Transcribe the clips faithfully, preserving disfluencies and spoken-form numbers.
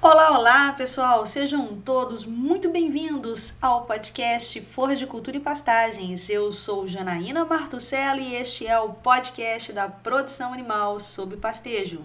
Olá, olá, pessoal! Sejam todos muito bem-vindos ao podcast Forja de Cultura e Pastagens. Eu sou Janaína Martuccelli e este é o podcast da produção animal sob pastejo.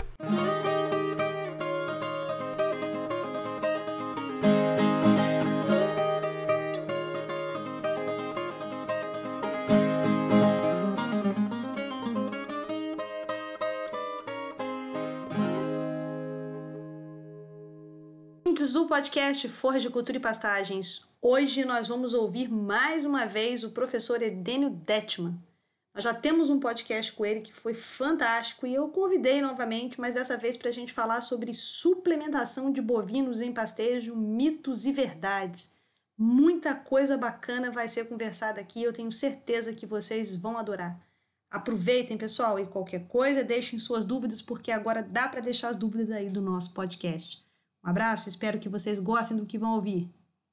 Do podcast Forja de Cultura e Pastagens. Hoje nós vamos ouvir mais uma vez o professor Edênio Detman. Nós já temos um podcast com ele que foi fantástico e eu convidei novamente, mas dessa vez para a gente falar sobre suplementação de bovinos em pastejo, mitos e verdades. Muita coisa bacana vai ser conversada aqui, eu tenho certeza que vocês vão adorar. Aproveitem, pessoal, e qualquer coisa, deixem suas dúvidas, porque agora dá para deixar as dúvidas aí do nosso podcast. Um abraço, espero que vocês gostem do que vão ouvir.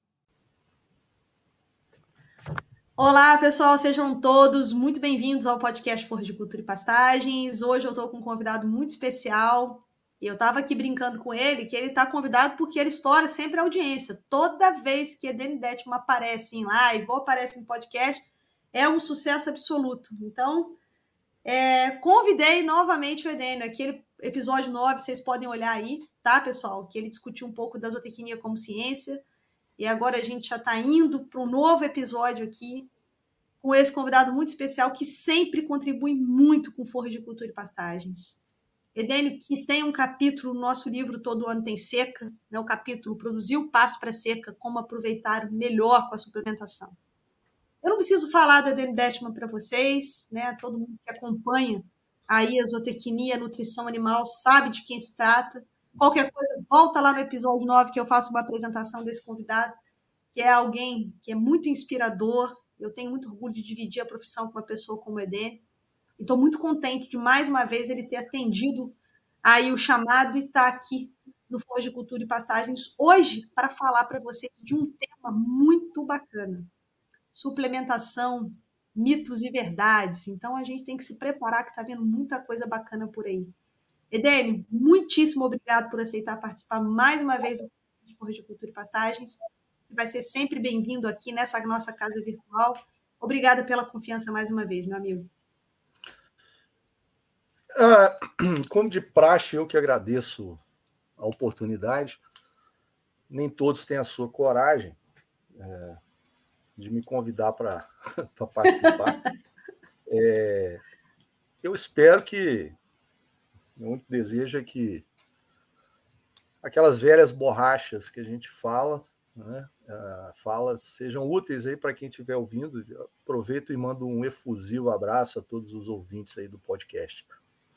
Olá, pessoal, sejam todos muito bem-vindos ao podcast Forja de Cultura e Pastagens. Hoje eu estou com um convidado muito especial e eu estava aqui brincando com ele que ele está convidado porque ele estoura sempre a audiência. Toda vez que Edênio Detman aparece em live ou aparece em podcast, é um sucesso absoluto. Então, é, convidei novamente o Edênio, aquele episódio nove, vocês podem olhar aí, tá, pessoal? Que ele discutiu um pouco da zootecnia como ciência. E agora a gente já está indo para um novo episódio aqui com esse convidado muito especial que sempre contribui muito com Forja de Cultura e Pastagens. Edênio, que tem um capítulo no nosso livro Todo Ano Tem Seca, né, o capítulo Produzir o Pasto para Seca, como aproveitar melhor com a suplementação. Eu não preciso falar do Edênio Detman para vocês, né? Todo mundo que acompanha aí a zootecnia, a nutrição animal, sabe de quem se trata. Qualquer coisa, volta lá no episódio nove que eu faço uma apresentação desse convidado, que é alguém que é muito inspirador. Eu tenho muito orgulho de dividir a profissão com uma pessoa como o Edênio. E estou muito contente de, mais uma vez, ele ter atendido aí o chamado e estar aqui no Forja de Cultura e Pastagens hoje para falar para vocês de um tema muito bacana. Suplementação, mitos e verdades. Então, a gente tem que se preparar, que está vendo muita coisa bacana por aí. Edênio, muitíssimo obrigado por aceitar participar mais uma vez do Forja de Cultura e Pastagens. Você vai ser sempre bem-vindo aqui nessa nossa casa virtual. Obrigada pela confiança mais uma vez, meu amigo. Ah, como de praxe, eu que agradeço a oportunidade. Nem todos têm a sua coragem é, de me convidar para participar. É, eu espero que, meu único desejo é que aquelas velhas borrachas que a gente fala, né, uh, fala sejam úteis aí para quem estiver ouvindo. Eu aproveito e mando um efusivo abraço a todos os ouvintes aí do podcast.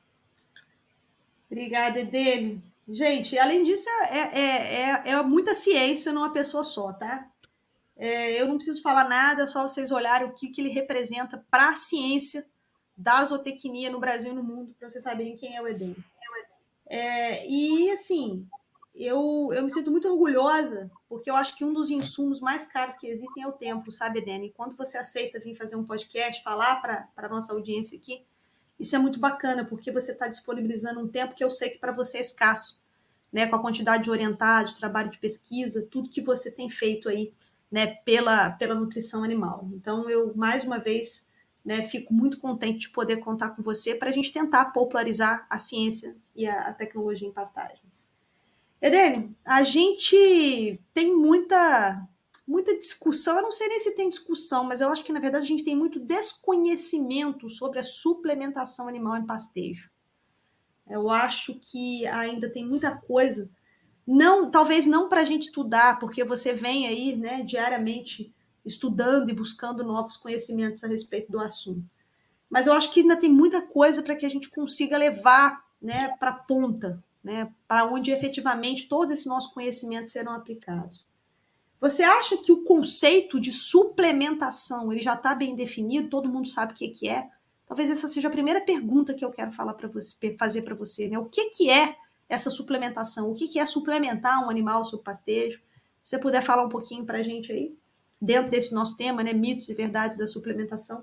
Obrigada, Edênio. Gente, além disso, é, é, é, é muita ciência numa pessoa só, tá? É, eu não preciso falar nada, só vocês olharem o que, que ele representa para a ciência da zootecnia no Brasil e no mundo, para vocês saberem quem é o Edênio. É, e, assim, eu, eu me sinto muito orgulhosa, porque eu acho que um dos insumos mais caros que existem é o tempo, sabe, Edênio? E quando você aceita vir fazer um podcast, falar para a nossa audiência aqui, isso é muito bacana, porque você está disponibilizando um tempo que eu sei que para você é escasso, né? Com a quantidade de orientados, trabalho de pesquisa, tudo que você tem feito aí, né? Pela, pela nutrição animal. Então, eu, mais uma vez, né, fico muito contente de poder contar com você para a gente tentar popularizar a ciência e a, a tecnologia em pastagens. Edênio, a gente tem muita muita discussão, eu não sei nem se tem discussão, mas eu acho que, na verdade, a gente tem muito desconhecimento sobre a suplementação animal em pastejo. Eu acho que ainda tem muita coisa, não, talvez não para a gente estudar, porque você vem aí, né, diariamente estudando e buscando novos conhecimentos a respeito do assunto. Mas eu acho que ainda tem muita coisa para que a gente consiga levar, né, para a ponta, né, para onde efetivamente todos esses nossos conhecimentos serão aplicados. Você acha que o conceito de suplementação ele já está bem definido? Todo mundo sabe o que, que é? Talvez essa seja a primeira pergunta que eu quero falar para você, fazer para você, né? O que, que é essa suplementação? O que, que é suplementar um animal sob pastejo? Se você puder falar um pouquinho para a gente aí, dentro desse nosso tema, né? Mitos e verdades da suplementação.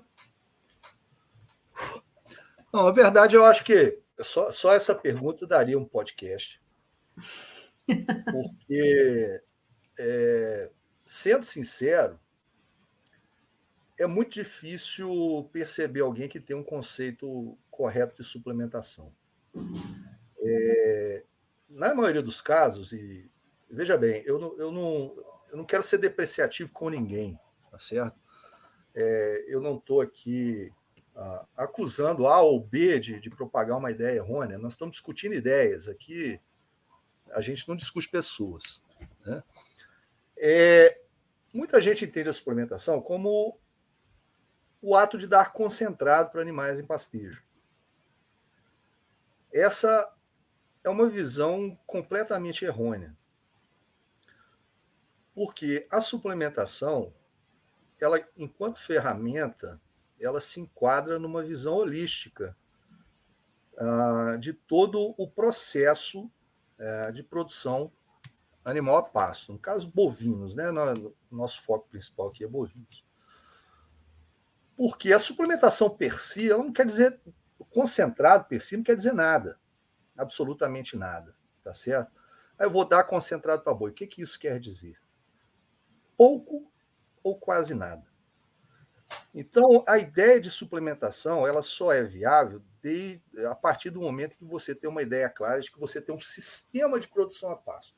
Não, a verdade, eu acho que só, só essa pergunta daria um podcast. Porque, é, sendo sincero, é muito difícil perceber alguém que tem um conceito correto de suplementação. É, na maioria dos casos, e veja bem, eu não, eu não, eu não quero ser depreciativo com ninguém, tá certo? É, eu não estou aqui ah, acusando A ou B de, de propagar uma ideia errônea. Nós estamos discutindo ideias. Aqui a gente não discute pessoas. Né? É, muita gente entende a suplementação como o ato de dar concentrado para animais em pastejo. Essa é uma visão completamente errônea. Porque a suplementação, ela, enquanto ferramenta, ela se enquadra numa visão holística uh, de todo o processo uh, de produção animal a pasto. No caso, bovinos, né? Nosso foco principal aqui é bovinos. Porque a suplementação per si, ela não quer dizer, concentrado per si não quer dizer nada, absolutamente nada, tá certo? Aí eu vou dar concentrado para boi. O que, que isso quer dizer? Pouco ou quase nada. Então, a ideia de suplementação, ela só é viável de, a partir do momento que você tem uma ideia clara de que você tem um sistema de produção a pasto.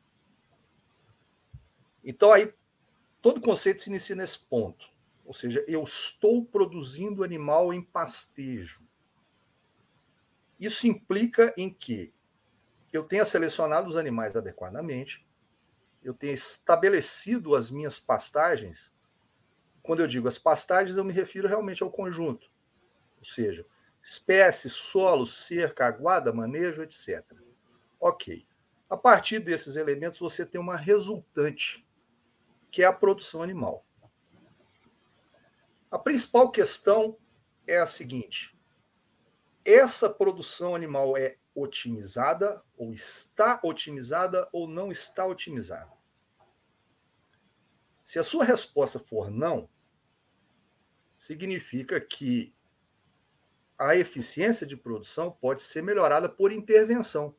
Então, aí, todo conceito se inicia nesse ponto. Ou seja, eu estou produzindo animal em pastejo. Isso implica em que eu tenha selecionado os animais adequadamente, eu tenha estabelecido as minhas pastagens. Quando eu digo as pastagens, eu me refiro realmente ao conjunto. Ou seja, espécie, solo, cerca, aguada, manejo, etcétera. Ok. A partir desses elementos, você tem uma resultante, que é a produção animal. A principal questão é a seguinte: essa produção animal é otimizada, ou está otimizada, ou não está otimizada? Se a sua resposta for não, significa que a eficiência de produção pode ser melhorada por intervenção.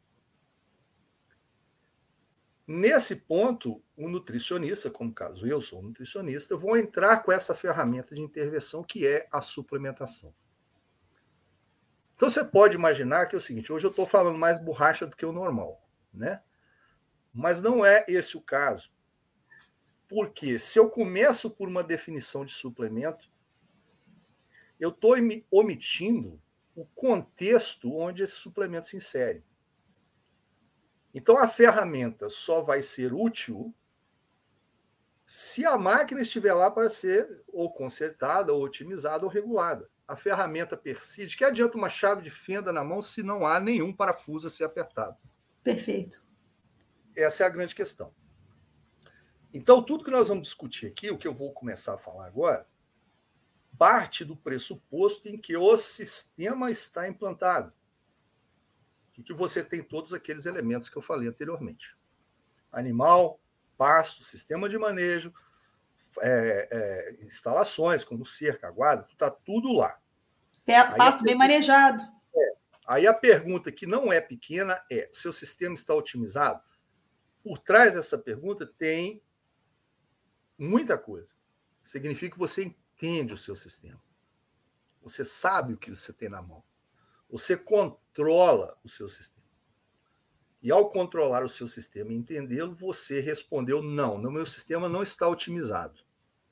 Nesse ponto, o nutricionista, como caso eu sou um nutricionista, eu vou entrar com essa ferramenta de intervenção que é a suplementação. Então você pode imaginar que é o seguinte: hoje eu estou falando mais borracha do que o normal, né? Mas não é esse o caso. Porque se eu começo por uma definição de suplemento, eu estou omitindo o contexto onde esse suplemento se insere. Então, a ferramenta só vai ser útil se a máquina estiver lá para ser ou consertada, ou otimizada, ou regulada. A ferramenta per si, de que adianta uma chave de fenda na mão se não há nenhum parafuso a ser apertado? Perfeito. Essa é a grande questão. Então, tudo que nós vamos discutir aqui, o que eu vou começar a falar agora, parte do pressuposto em que o sistema está implantado. E que você tem todos aqueles elementos que eu falei anteriormente. Animal, pasto, sistema de manejo, é, é, instalações como cerca, aguarda, está tudo lá. Pasto bem manejado. É, aí a pergunta que não é pequena é: o seu sistema está otimizado? Por trás dessa pergunta tem muita coisa. Significa que você entende o seu sistema. Você sabe o que você tem na mão. Você controla o seu sistema. E ao controlar o seu sistema e entendê-lo, você respondeu: não, no meu sistema não está otimizado.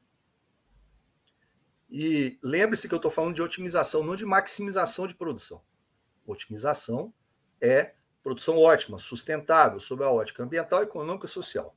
E lembre-se que eu estou falando de otimização, não de maximização de produção. Otimização é produção ótima, sustentável, sob a ótica ambiental, econômica e social.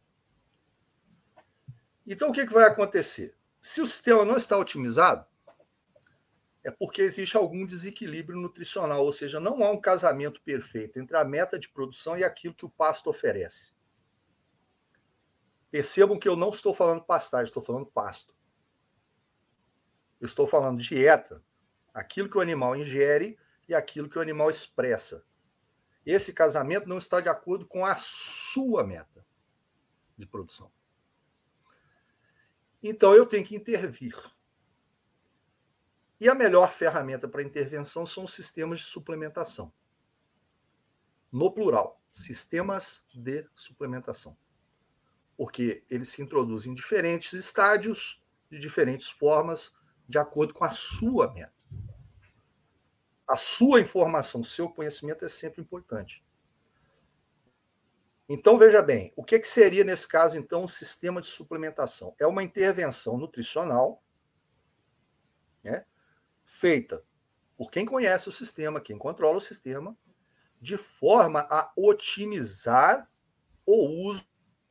Então, o que, que vai acontecer? Se o sistema não está otimizado, é porque existe algum desequilíbrio nutricional, ou seja, não há um casamento perfeito entre a meta de produção e aquilo que o pasto oferece. Percebam que eu não estou falando pastagem, estou falando pasto. Eu estou falando dieta, aquilo que o animal ingere e aquilo que o animal expressa. Esse casamento não está de acordo com a sua meta de produção. Então eu tenho que intervir. E a melhor ferramenta para intervenção são os sistemas de suplementação. No plural. sistemas de suplementação. Porque eles se introduzem em diferentes estádios, de diferentes formas, de acordo com a sua meta. A sua informação, o seu conhecimento é sempre importante. Então, veja bem, o que, que seria, nesse caso, então, um sistema de suplementação? É uma intervenção nutricional, né, feita por quem conhece o sistema, quem controla o sistema, de forma a otimizar o uso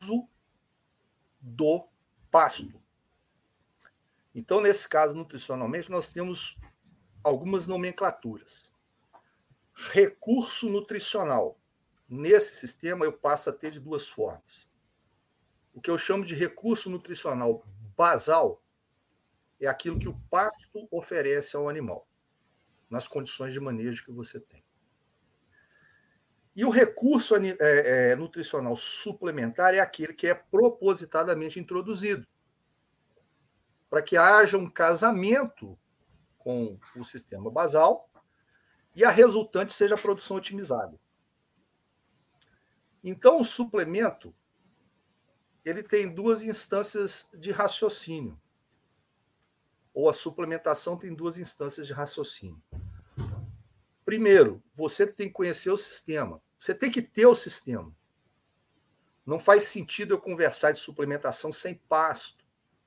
do pasto. Então, nesse caso, nutricionalmente, nós temos algumas nomenclaturas. Recurso nutricional. Nesse sistema, eu passo a ter de duas formas. O que eu chamo de recurso nutricional basal é aquilo que o pasto oferece ao animal, nas condições de manejo que você tem. E o recurso é, é, nutricional suplementar é aquele que é propositadamente introduzido, para que haja um casamento com o sistema basal e a resultante seja a produção otimizada. Então, o suplemento ele tem duas instâncias de raciocínio, ou a suplementação tem duas instâncias de raciocínio. Primeiro, você tem que conhecer o sistema. Você tem que ter o sistema. Não faz sentido eu conversar de suplementação sem pasto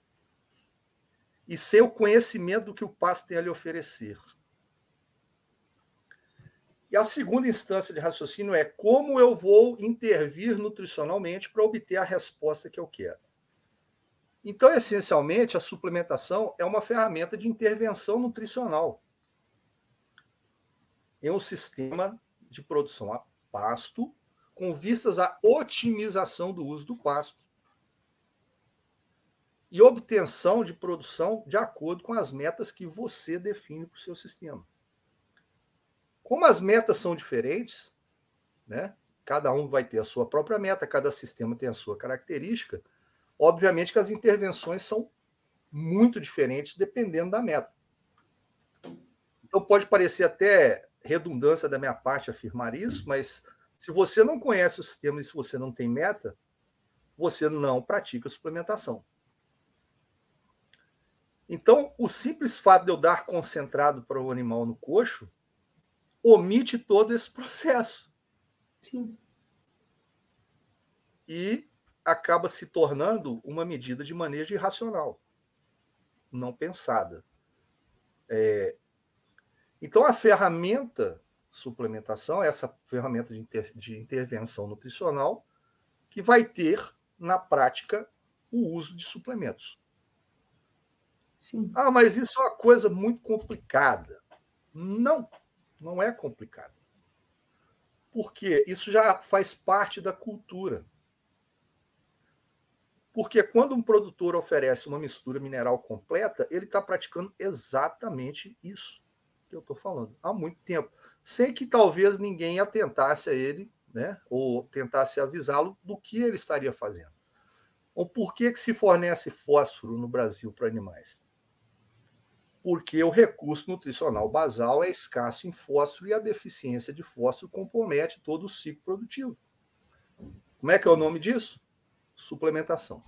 e sem o conhecimento do que o pasto tem a lhe oferecer. E a segunda instância de raciocínio é como eu vou intervir nutricionalmente para obter a resposta que eu quero. Então, essencialmente, a suplementação é uma ferramenta de intervenção nutricional em um sistema de produção a pasto, com vistas à otimização do uso do pasto e obtenção de produção de acordo com as metas que você define para o seu sistema. Como as metas são diferentes, né? Cada um vai ter a sua própria meta, cada sistema tem a sua característica, obviamente que as intervenções são muito diferentes dependendo da meta. Então pode parecer até redundância da minha parte afirmar isso, mas se você não conhece o sistema e se você não tem meta, você não pratica suplementação. Então, o simples fato de eu dar concentrado para o animal no coxo omite todo esse processo. Sim. E acaba se tornando uma medida de manejo irracional, não pensada. É... Então, a ferramenta suplementação é essa ferramenta de, inter... de intervenção nutricional que vai ter, na prática, o uso de suplementos. Sim. Ah, mas isso é uma coisa muito complicada. Não, não é complicado. Porque isso já faz parte da cultura. Porque quando um produtor oferece uma mistura mineral completa, ele está praticando exatamente isso que eu estou falando, há muito tempo. Sem que talvez ninguém atentasse a ele, né, ou tentasse avisá-lo do que ele estaria fazendo. Ou por que, que se fornece fósforo no Brasil para animais? Porque o recurso nutricional basal é escasso em fósforo e a deficiência de fósforo compromete todo o ciclo produtivo. Como é que é o nome disso? Suplementação.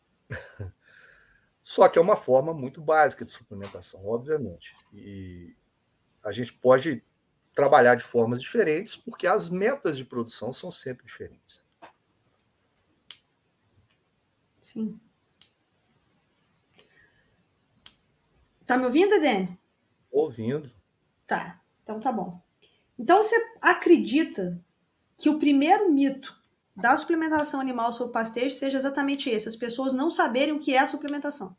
Só que é uma forma muito básica de suplementação, obviamente. E a gente pode trabalhar de formas diferentes, porque as metas de produção são sempre diferentes. Sim. Tá me ouvindo, Dani? Ouvindo. Tá, então tá bom. Então você acredita que o primeiro mito da suplementação animal sob pastejo seja exatamente esse, as pessoas não saberem o que é a suplementação?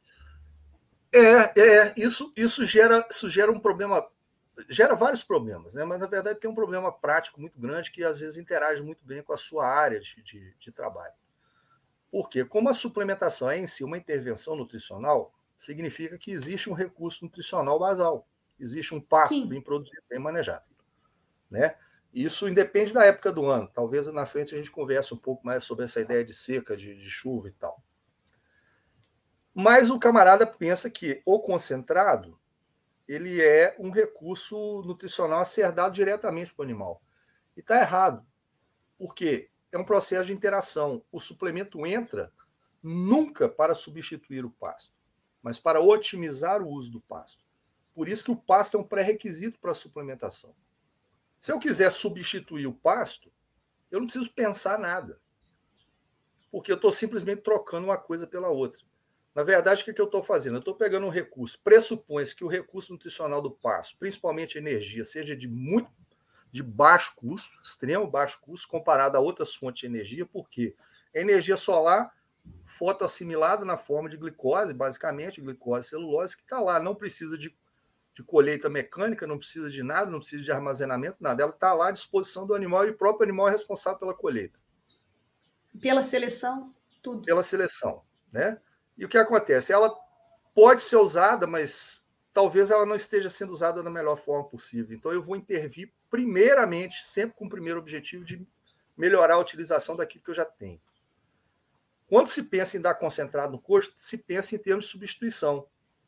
É, é isso, isso, gera, isso gera um problema, gera vários problemas, né? Mas na verdade tem um problema prático muito grande que às vezes interage muito bem com a sua área de, de, de trabalho. Por quê? Como a suplementação é em si uma intervenção nutricional, significa que existe um recurso nutricional basal, existe um pasto Sim. bem produzido, bem manejado, né? Isso independe da época do ano. Talvez na frente a gente converse um pouco mais sobre essa ideia de seca, de, de chuva e tal. Mas o camarada pensa que o concentrado ele é um recurso nutricional a ser dado diretamente para o animal. E está errado. Porque é um processo de interação. O suplemento entra nunca para substituir o pasto, mas para otimizar o uso do pasto. Por isso que o pasto é um pré-requisito para a suplementação. Se eu quiser substituir o pasto, eu não preciso pensar nada, porque eu estou simplesmente trocando uma coisa pela outra. Na verdade, o que, que eu estou fazendo? Eu estou pegando um recurso. Pressupõe-se que o recurso nutricional do pasto, principalmente a energia, seja de muito de baixo custo, extremo baixo custo, comparado a outras fontes de energia, porque a energia solar, fotoassimilada na forma de glicose, basicamente, glicose e celulose, que está lá, não precisa de, de colheita mecânica, não precisa de nada, não precisa de armazenamento, nada. Ela está lá à disposição do animal e o próprio animal é responsável pela colheita. Pela seleção, tudo. Pela seleção, né? E o que acontece? Ela pode ser usada, mas talvez ela não esteja sendo usada da melhor forma possível. Então, eu vou intervir primeiramente, sempre com o primeiro objetivo de melhorar a utilização daquilo que eu já tenho. Quando se pensa em dar concentrado no custo, se pensa em termos de substituição.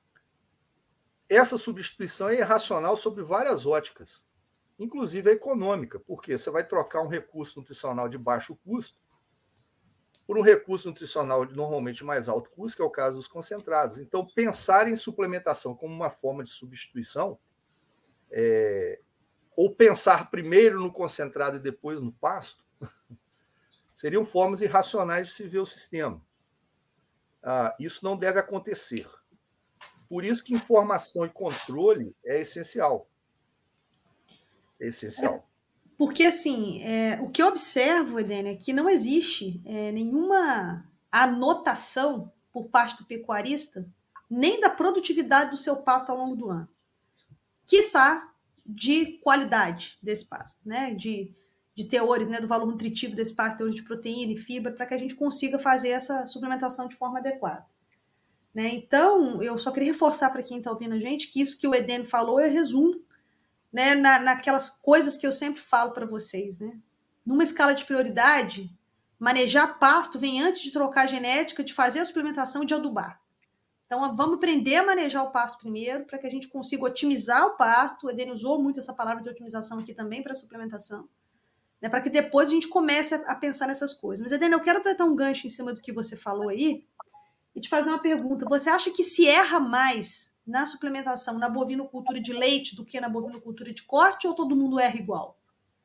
Essa substituição é irracional sob várias óticas, inclusive a econômica, porque você vai trocar um recurso nutricional de baixo custo por um recurso nutricional de normalmente mais alto custo, que é o caso dos concentrados. Então, pensar em suplementação como uma forma de substituição, é, ou pensar primeiro no concentrado e depois no pasto, seriam formas irracionais de se ver o sistema. Ah, isso não deve acontecer. Por isso que informação e controle é essencial. É essencial. É. Porque, assim, é, o que eu observo, Edênia, é que não existe é, nenhuma anotação por parte do pecuarista, nem da produtividade do seu pasto ao longo do ano. Quiçá de qualidade desse pasto, né? De, de teores, né? Do valor nutritivo desse pasto, teores de proteína e fibra, para que a gente consiga fazer essa suplementação de forma adequada. Né? Então, eu só queria reforçar para quem está ouvindo a gente que isso que o Edênio falou é resumo, né, na, naquelas coisas que eu sempre falo para vocês, né? Numa escala de prioridade, manejar pasto vem antes de trocar a genética, de fazer a suplementação, de adubar. Então, vamos aprender a manejar o pasto primeiro, para que a gente consiga otimizar o pasto. O Edênio usou muito essa palavra de otimização aqui também para a suplementação, né, para que depois a gente comece a, a pensar nessas coisas. Mas, Edênio, eu quero apertar um gancho em cima do que você falou aí e te fazer uma pergunta. Você acha que se erra mais na suplementação, na bovinocultura de leite, do que na bovinocultura de corte, ou todo mundo erra igual?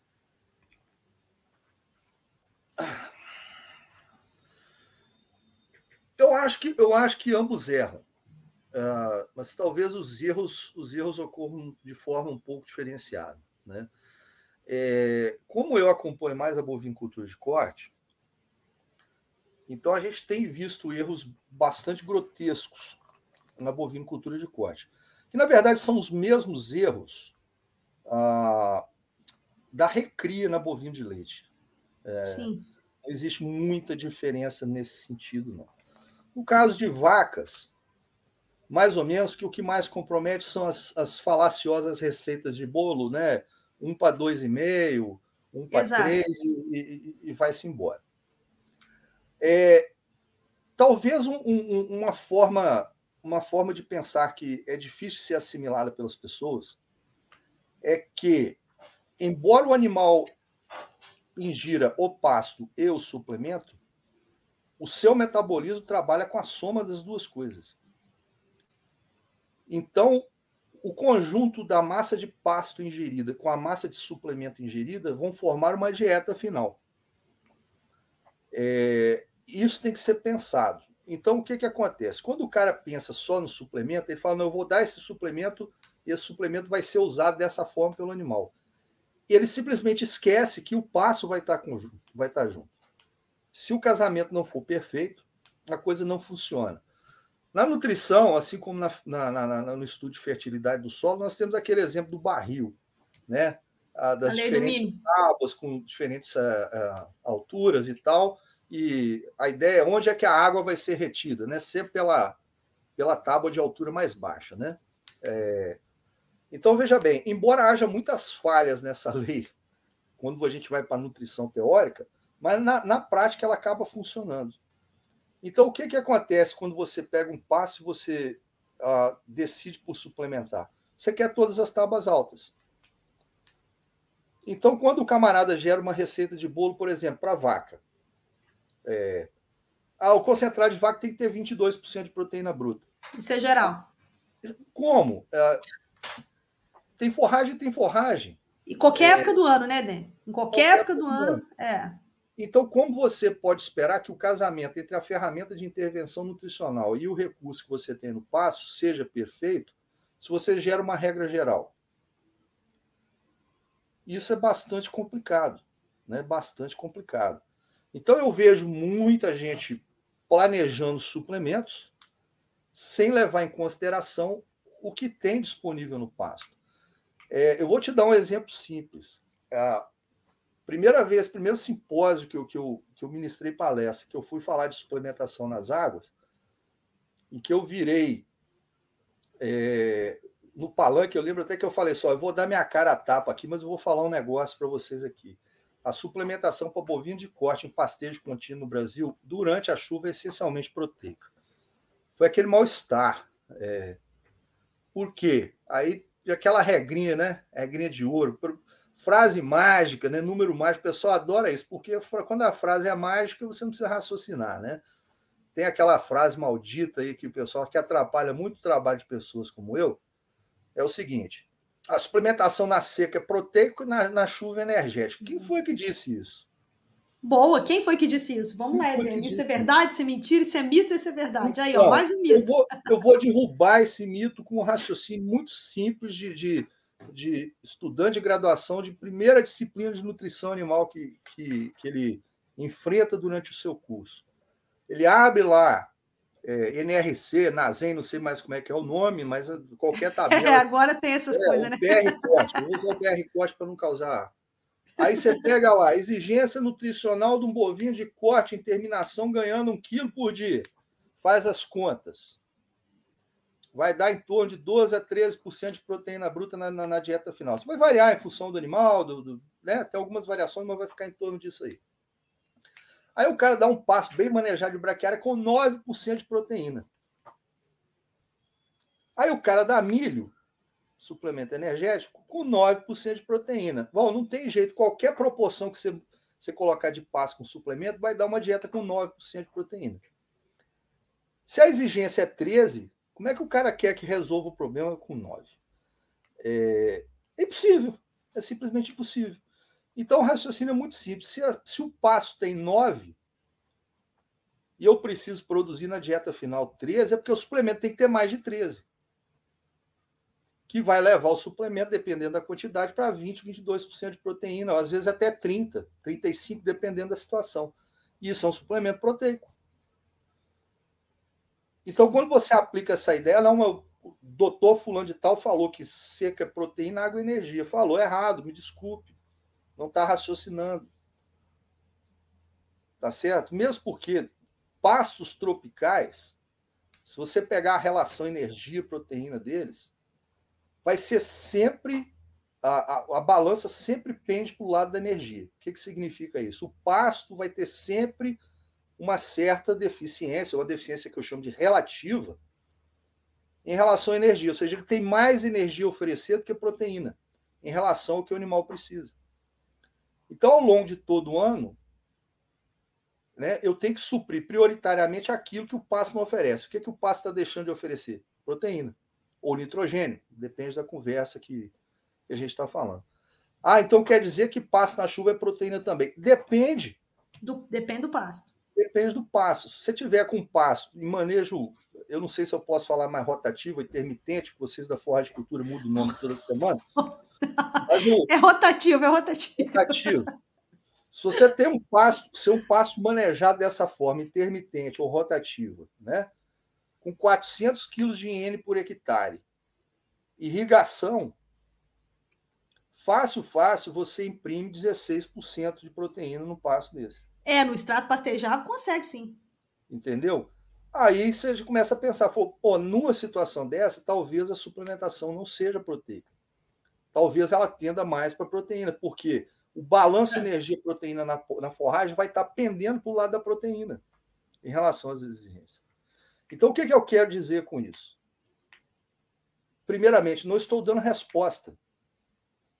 Eu acho que, eu acho que ambos erram. Uh, mas talvez os erros, os erros ocorram de forma um pouco diferenciada. Né? É, como eu acompanho mais a bovinocultura de corte, então a gente tem visto erros bastante grotescos na bovinocultura de corte, que na verdade são os mesmos erros ah, da recria na bovina de leite. É, Sim. Não existe muita diferença nesse sentido, não. No caso de vacas, mais ou menos, que o que mais compromete são as, as falaciosas receitas de bolo, né? Um para dois e meio, um para três e, e, e vai-se embora. É, talvez um, um, uma forma uma forma de pensar que é difícil ser assimilada pelas pessoas é que, embora o animal ingira o pasto e o suplemento, o seu metabolismo trabalha com a soma das duas coisas. Então, o conjunto da massa de pasto ingerida com a massa de suplemento ingerida vão formar uma dieta final. É, isso tem que ser pensado. Então, o que, que acontece? Quando o cara pensa só no suplemento, ele fala, não, eu vou dar esse suplemento e esse suplemento vai ser usado dessa forma pelo animal. E ele simplesmente esquece que o pasto vai estar, com, vai estar junto. Se o casamento não for perfeito, a coisa não funciona. Na nutrição, assim como na, na, na, no estudo de fertilidade do solo, nós temos aquele exemplo do barril, né? Das diferentes tábuas com diferentes uh, uh, alturas e tal. E a ideia é onde é que a água vai ser retida, né? Sempre pela, pela tábua de altura mais baixa, né? É... Então, veja bem, embora haja muitas falhas nessa lei, quando a gente vai para a nutrição teórica, mas na, na prática ela acaba funcionando. Então, o que, que acontece quando você pega um pasto e você uh, decide por suplementar? Você quer todas as tábuas altas. Então, quando o camarada gera uma receita de bolo, por exemplo, para vaca, é, ah, o concentrado de vaca tem que ter vinte e dois por cento de proteína bruta. Isso é geral. Como? É, tem forragem, tem forragem. E qualquer é, época do ano, né, Dani? Em qualquer, qualquer época do ano, ano, é. Então, como você pode esperar que o casamento entre a ferramenta de intervenção nutricional e o recurso que você tem no passo seja perfeito se você gera uma regra geral? Isso é bastante complicado, né? Bastante complicado. Então, eu vejo muita gente planejando suplementos sem levar em consideração o que tem disponível no pasto. É, eu vou te dar um exemplo simples. A primeira vez, primeiro simpósio que eu, que, eu, que eu ministrei palestra, que eu fui falar de suplementação nas águas, e que eu virei é, no palanque, eu lembro até que eu falei só, eu vou dar minha cara a tapa aqui, mas eu vou falar um negócio para vocês aqui. A suplementação para bovino de corte em pastejo contínuo no Brasil, durante a chuva, é essencialmente proteica. Foi aquele mal-estar. É, por quê? Aí, aquela regrinha, né? Regrinha de ouro, frase mágica, né? Número mágico, o pessoal adora isso, porque quando a frase é mágica, você não precisa raciocinar, né? Tem aquela frase maldita aí que o pessoal que atrapalha muito o trabalho de pessoas como eu, é o seguinte: a suplementação na seca é proteico e na, na chuva é energético. Quem foi que disse isso? Boa, quem foi que disse isso? Vamos lá, Eden. Isso é verdade, isso é mentira, isso é mito, isso é verdade. Aí, então, ó, mais um mito. Eu vou, eu vou derrubar esse mito com um raciocínio muito simples de, de, de estudante de graduação de primeira disciplina de nutrição animal que, que, que ele enfrenta durante o seu curso. Ele abre lá é, N R C, Nasen, não sei mais como é que é o nome, mas qualquer tabela. É, agora tem essas é, coisas, né? B R corte, eu vou usar o B R corte para não causar. Aí você pega lá, exigência nutricional de um bovinho de corte em terminação ganhando um quilo por dia. Faz as contas. Vai dar em torno de doze a treze por cento de proteína bruta na, na, na dieta final. Isso vai variar em função do animal, do, do, né? Tem algumas variações, mas vai ficar em torno disso aí. Aí o cara dá um passo bem manejado de braquiária com nove por cento de proteína. Aí o cara dá milho, suplemento energético, com nove por cento de proteína. Bom, não tem jeito, qualquer proporção que você, você colocar de passo com suplemento vai dar uma dieta com nove por cento de proteína. Se a exigência é treze, como é que o cara quer que resolva o problema com nove? É, é impossível, é simplesmente impossível. Então o raciocínio é muito simples. Se, a, se o passo tem nove e eu preciso produzir na dieta final treze, é porque o suplemento tem que ter mais de treze. Que vai levar o suplemento, dependendo da quantidade, para vinte, vinte e dois por cento de proteína, ou às vezes até trinta, trinta e cinco por cento, dependendo da situação. E isso é um suplemento proteico. Então, quando você aplica essa ideia, não, o doutor fulano de tal falou que seca é proteína, água e energia. Falou errado, me desculpe. Não está raciocinando. Tá certo? Mesmo porque pastos tropicais, se você pegar a relação energia-proteína deles, vai ser sempre, a, a, a balança sempre pende para o lado da energia. O que, que significa isso? O pasto vai ter sempre uma certa deficiência, uma deficiência que eu chamo de relativa, em relação à energia, ou seja, ele tem mais energia a oferecer do que proteína, em relação ao que o animal precisa. Então, ao longo de todo o ano, né, eu tenho que suprir prioritariamente aquilo que o pasto não oferece. O que, que o pasto está deixando de oferecer? Proteína. Ou nitrogênio, depende da conversa que, que a gente está falando. Ah, então quer dizer que pasto na chuva é proteína também. Depende. Do, depende do pasto. Depende do pasto. Se você tiver com pasto em manejo, eu não sei se eu posso falar mais rotativo, intermitente, porque vocês da floricultura mudam o nome toda semana. Mas o, é rotativo, é rotativo. rotativo. Se você tem um pasto, se um pasto manejado dessa forma, intermitente ou rotativa, né, com quatrocentos quilos de N por hectare, irrigação, fácil, fácil, você imprime dezesseis por cento de proteína no pasto desse. É, no extrato pastejável consegue, sim. Entendeu? Aí você começa a pensar, pô, numa situação dessa, talvez a suplementação não seja proteica. Talvez ela tenda mais para proteína, porque o balanço é. energia-proteína na, na forragem vai estar pendendo para o lado da proteína, em relação às exigências. Então, o que, que eu quero dizer com isso? Primeiramente, não estou dando resposta.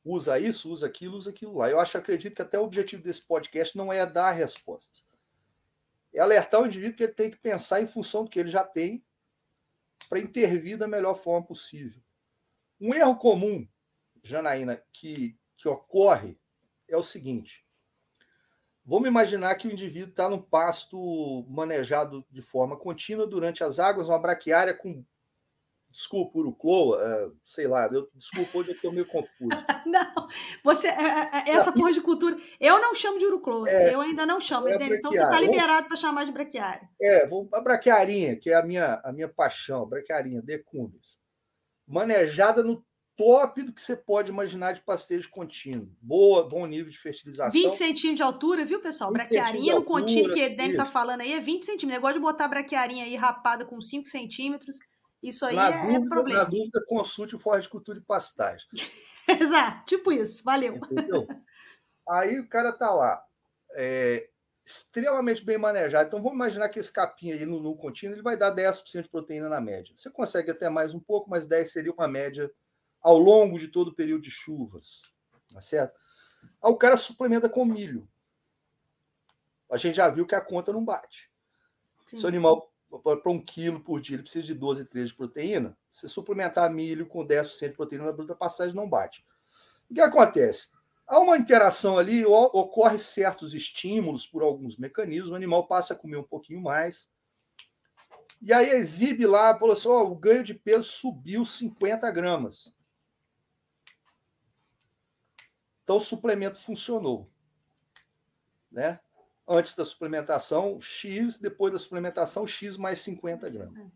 usa isso, usa aquilo, usa aquilo lá. Eu acho, acredito que até o objetivo desse podcast não é dar respostas. É alertar o indivíduo que ele tem que pensar em função do que ele já tem para intervir da melhor forma possível. Um erro comum, Janaína, que, que ocorre é o seguinte. Vamos imaginar que o indivíduo está num pasto manejado de forma contínua durante as águas, uma braquiária com, desculpa, urucloa, uh, sei lá, eu, desculpa, hoje eu estou meio confuso. Não, você, essa forma de cultura, eu não chamo de urucloa, é, eu ainda não chamo, é então você está liberado para chamar de braquiária. É, a braquiarinha, que é a minha, a minha paixão, a braquiarinha, decumbens, manejada no top do que você pode imaginar de pastejo contínuo. Boa, bom nível de fertilização. vinte centímetros de altura, viu, pessoal? Braquiarinha no contínuo que o Dani está falando aí é vinte centímetros. Negócio de botar braquiarinha aí rapada com cinco centímetros, isso aí na é, dúvida, é problema. Na dúvida, consulte o Fórum de Cultura e Pastagem. Exato, tipo isso. Valeu. Entendeu? Aí o cara tá lá, é, extremamente bem manejado. Então vamos imaginar que esse capim aí no, no contínuo ele vai dar dez por cento de proteína na média. Você consegue até mais um pouco, mas dez seria uma média ao longo de todo o período de chuvas. Tá certo? Aí o cara suplementa com milho. A gente já viu que a conta não bate. Sim. Se o animal, para um quilo por dia, ele precisa de doze, treze de proteína, se suplementar milho com dez por cento de proteína na bruta pastagem, não bate. O que acontece? Há uma interação ali, ocorre certos estímulos por alguns mecanismos, o animal passa a comer um pouquinho mais, e aí exibe lá, falou assim, oh, o ganho de peso subiu cinquenta gramas. Então o suplemento funcionou. Né? Antes da suplementação, X, depois da suplementação, X mais cinquenta gramas.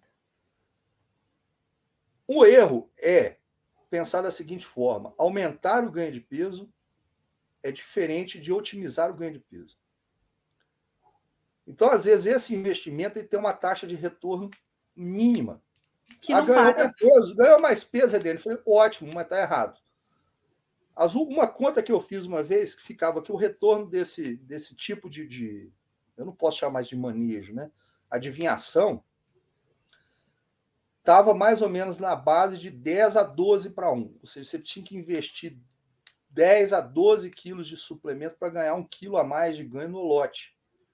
O erro é pensar da seguinte forma, aumentar o ganho de peso é diferente de otimizar o ganho de peso. Então, às vezes, esse investimento ele tem uma taxa de retorno mínima. Que não ah, ganhou paga. mais peso, ganhou mais peso é dele. Falei, ótimo, mas está errado. Uma conta que eu fiz uma vez, que ficava que o retorno desse, desse tipo de, de... Eu não posso chamar mais de manejo, né? Adivinhação, estava mais ou menos na base de dez a doze para um. Ou seja, você tinha que investir dez a doze quilos de suplemento para ganhar um quilo a mais de ganho no lote.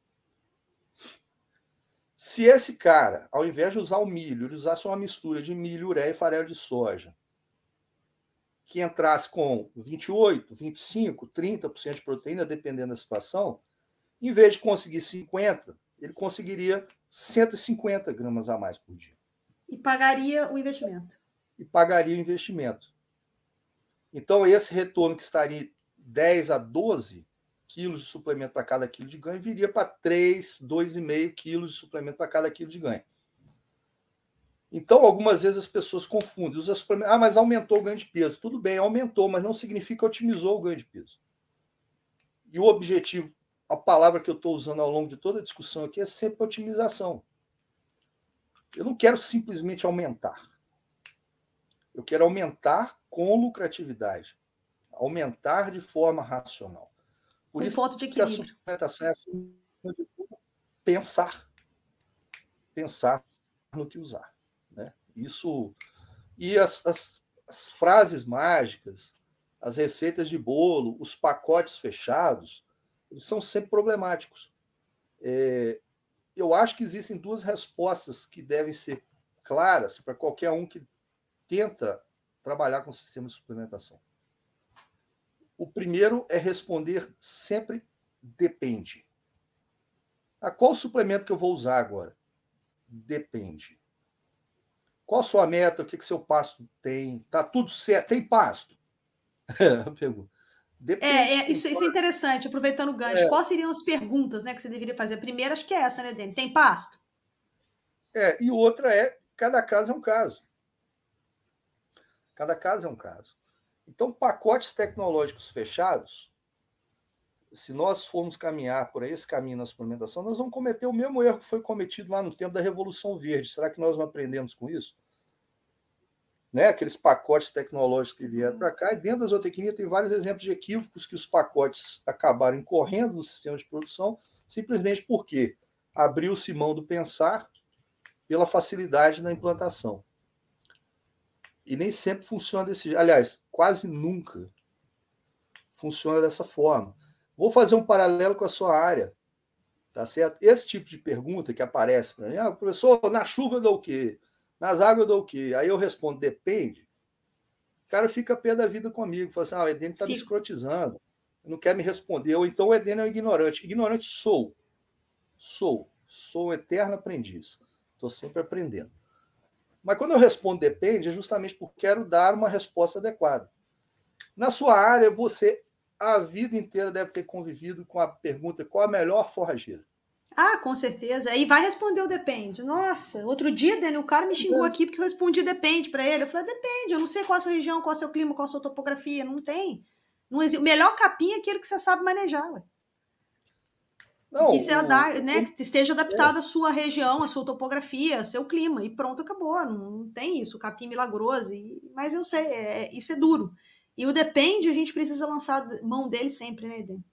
Se esse cara, ao invés de usar o milho, ele usasse uma mistura de milho, ureia e farelo de soja, que entrasse com vinte e oito, vinte e cinco, trinta por cento de proteína, dependendo da situação, em vez de conseguir cinquenta, ele conseguiria cento e cinquenta gramas a mais por dia. E pagaria o investimento. E pagaria o investimento. Então, esse retorno que estaria dez a doze quilos de suplemento para cada quilo de ganho viria para três, dois vírgula cinco quilos de suplemento para cada quilo de ganho. Então, algumas vezes as pessoas confundem. Usa suplemento. Ah, mas aumentou o ganho de peso. Tudo bem, aumentou, mas não significa que otimizou o ganho de peso. E o objetivo, a palavra que eu estou usando ao longo de toda a discussão aqui é sempre otimização. Eu não quero simplesmente aumentar. Eu quero aumentar com lucratividade. Aumentar de forma racional. Por um isso ponto de que a equilíbrio. suplementação é assim, pensar. Pensar no que usar. Né? Isso. E as, as, as frases mágicas, as receitas de bolo, os pacotes fechados, eles são sempre problemáticos. É, eu acho que existem duas respostas que devem ser claras para qualquer um que tenta trabalhar com o sistema de suplementação. O primeiro é responder sempre depende. A qual suplemento que eu vou usar agora? Depende. Qual a sua meta? O que, que seu pasto tem? Tá tudo certo? Tem pasto? Pergunta. É, é isso, isso é interessante, aproveitando o gancho. É. Quais seriam as perguntas, né, que você deveria fazer? A primeira, acho que é essa, né, Dani? Tem pasto? É, e outra é, cada caso é um caso. Cada caso é um caso. Então, pacotes tecnológicos fechados, se nós formos caminhar por esse caminho na suplementação, nós vamos cometer o mesmo erro que foi cometido lá no tempo da Revolução Verde. Será que nós não aprendemos com isso? Né? Aqueles pacotes tecnológicos que vieram para cá, e dentro da zootecnia tem vários exemplos de equívocos que os pacotes acabaram incorrendo no sistema de produção, simplesmente porque abriu-se mão do pensar pela facilidade na implantação. E nem sempre funciona desse jeito. Aliás, quase nunca funciona dessa forma. Vou fazer um paralelo com a sua área. Tá certo? Esse tipo de pergunta que aparece para mim, ah, professor, na chuva eu dou o quê? Nas águas eu dou o quê? Aí eu respondo, depende. O cara fica a pé da vida comigo, fala assim, ah, o Edênio está me escrotizando, não quer me responder, ou então o Edênio é um ignorante. Ignorante sou. Sou. Sou um eterno aprendiz. Estou sempre aprendendo. Mas quando eu respondo depende, é justamente porque quero dar uma resposta adequada. Na sua área, você a vida inteira deve ter convivido com a pergunta qual a melhor forrageira. Ah, com certeza. Aí vai responder o depende. Nossa, outro dia, Dani, o cara me xingou aqui porque eu respondi depende para ele. Eu falei, depende, eu não sei qual a sua região, qual é o seu clima, qual a sua topografia. Não tem. Não existe. O melhor capim é aquele que você sabe manejar, ué. Não, que, você o, adá, né, que esteja adaptado é. à sua região, à sua topografia, ao seu clima. E pronto, acabou. Não, não tem isso, o capim milagroso. E, mas eu sei, é, isso é duro. E o depende, a gente precisa lançar mão dele sempre, né, Dani?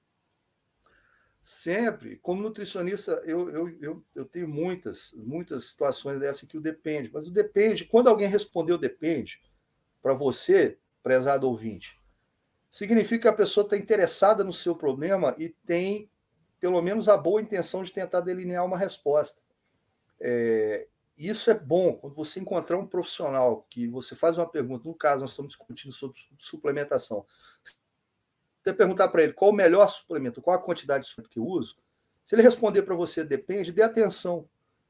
Sempre. Como nutricionista, eu, eu, eu, eu tenho muitas, muitas situações dessa que o depende. Mas o depende, quando alguém respondeu depende, para você, prezado ouvinte, significa que a pessoa está interessada no seu problema e tem, pelo menos, a boa intenção de tentar delinear uma resposta. É, isso é bom, quando você encontrar um profissional que você faz uma pergunta, no caso, nós estamos discutindo sobre suplementação, você perguntar para ele qual o melhor suplemento, qual a quantidade de suplemento que eu uso, se ele responder para você depende, dê atenção.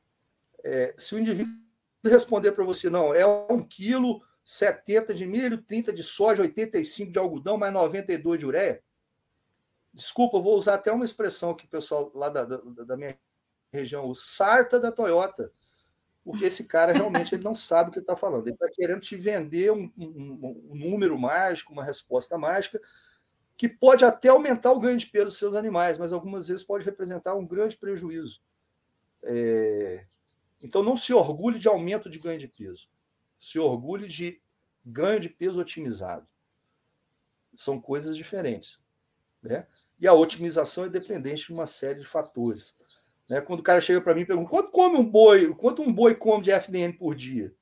É, se o indivíduo responder para você, não, é um quilo, setenta de milho, trinta de soja, oitenta e cinco de algodão, mais noventa e dois de ureia, desculpa, eu vou usar até uma expressão que o pessoal lá da, da, da minha região, o sarta da Toyota, porque esse cara realmente ele não sabe o que ele está falando. Ele está querendo te vender um, um, um número mágico, uma resposta mágica, que pode até aumentar o ganho de peso dos seus animais, mas algumas vezes pode representar um grande prejuízo. É... Então, não se orgulhe de aumento de ganho de peso. Se orgulhe de ganho de peso otimizado. São coisas diferentes. Né? E a otimização é dependente de uma série de fatores. Né? Quando o cara chega para mim e pergunta quanto come um boi, quanto um boi come de F D N por dia?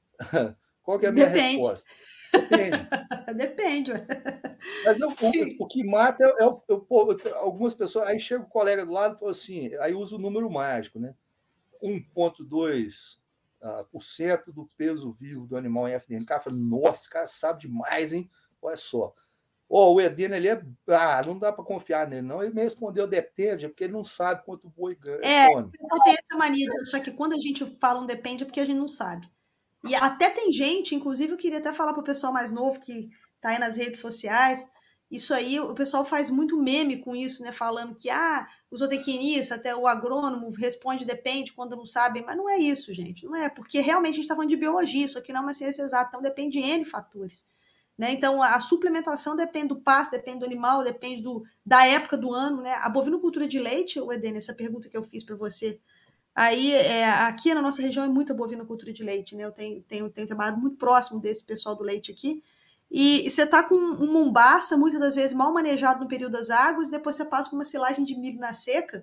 Qual que é a minha Depende. resposta? Depende. Depende. Mas eu, o, o que mata é, é, o, é algumas pessoas. Aí chega o colega do lado e fala assim, aí usa o número mágico, né? um vírgula dois por cento do peso vivo do animal em F D N. O cara fala, nossa, esse cara sabe demais, hein? Olha só. Oh, o Edênio, ele é. Ah, não dá para confiar nele, não. Ele me respondeu, depende, porque ele não sabe quanto o boi é, come. Eu tenho essa mania de achar que quando a gente fala um depende é porque a gente não sabe. E até tem gente, inclusive eu queria até falar para o pessoal mais novo que está aí nas redes sociais, isso aí o pessoal faz muito meme com isso, né? Falando que ah, o zootecnista, até o agrônomo responde depende quando não sabe, mas não é isso, gente. Não é, porque realmente a gente está falando de biologia, isso aqui não é uma ciência exata, então depende de N fatores. Né? Então, a suplementação depende do pasto, depende do animal, depende do, da época do ano. Né? A bovinocultura de leite, o Edênio, essa pergunta que eu fiz para você, aí é, aqui na nossa região é muita bovinocultura de leite. Né? Eu tenho, tenho, tenho trabalhado muito próximo desse pessoal do leite aqui. E você está com um mombaça, muitas das vezes mal manejado no período das águas, e depois você passa por uma silagem de milho na seca,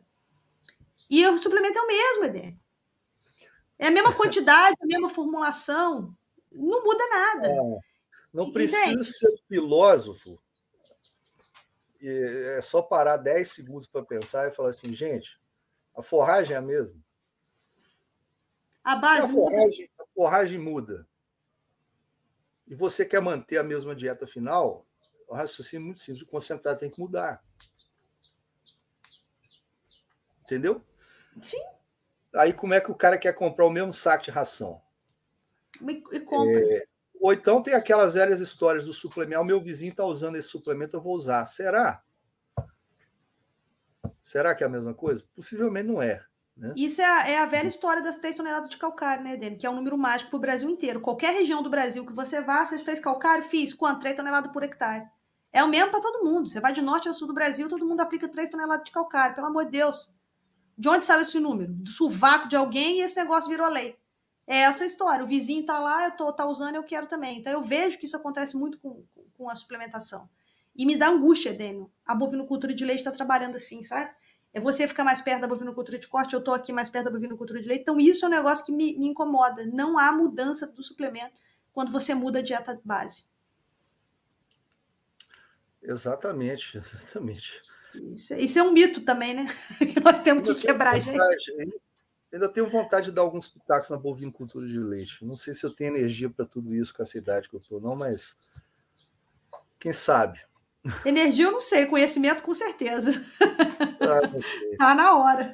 e o suplemento é o mesmo, Edênio. É a mesma quantidade, a mesma formulação, não muda nada. É. Não precisa ser filósofo. É só parar dez segundos para pensar e falar assim, gente, a forragem é a mesma. A base Se a forragem, a forragem muda e você quer manter a mesma dieta final, o raciocínio é muito simples, o concentrado tem que mudar. Entendeu? Sim. Aí como é que o cara quer comprar o mesmo saco de ração? E compra. É... Ou então tem aquelas velhas histórias do suplemento. O meu vizinho está usando esse suplemento, eu vou usar. Será? Será que é a mesma coisa? Possivelmente não é. Né? Isso é a, é a velha história das três toneladas de calcário, né, Dani? Que é um número mágico para o Brasil inteiro. Qualquer região do Brasil que você vá, você fez calcário, fiz. Quanto? três toneladas por hectare. É o mesmo para todo mundo. Você vai de norte ao sul do Brasil, todo mundo aplica três toneladas de calcário. Pelo amor de Deus. De onde saiu esse número? Do sovaco de alguém e esse negócio virou lei. É essa história. O vizinho tá lá, eu tô tá usando, eu quero também. Então eu vejo que isso acontece muito com, com a suplementação. E me dá angústia, Dênio. A bovinocultura de leite está trabalhando assim, sabe? É você ficar mais perto da bovinocultura de corte, eu tô aqui mais perto da bovinocultura de leite. Então isso é um negócio que me, me incomoda. Não há mudança do suplemento quando você muda a dieta base. Exatamente, exatamente. Isso, isso é um mito também, né? Que nós temos Ainda que tenho quebrar, gente. vontade, ainda tenho vontade de dar alguns pitacos na bovinocultura de leite. Não sei se eu tenho energia para tudo isso com essa idade que eu estou, não, mas quem sabe? Energia eu não sei, conhecimento com certeza. Ah, não sei. Tá na hora.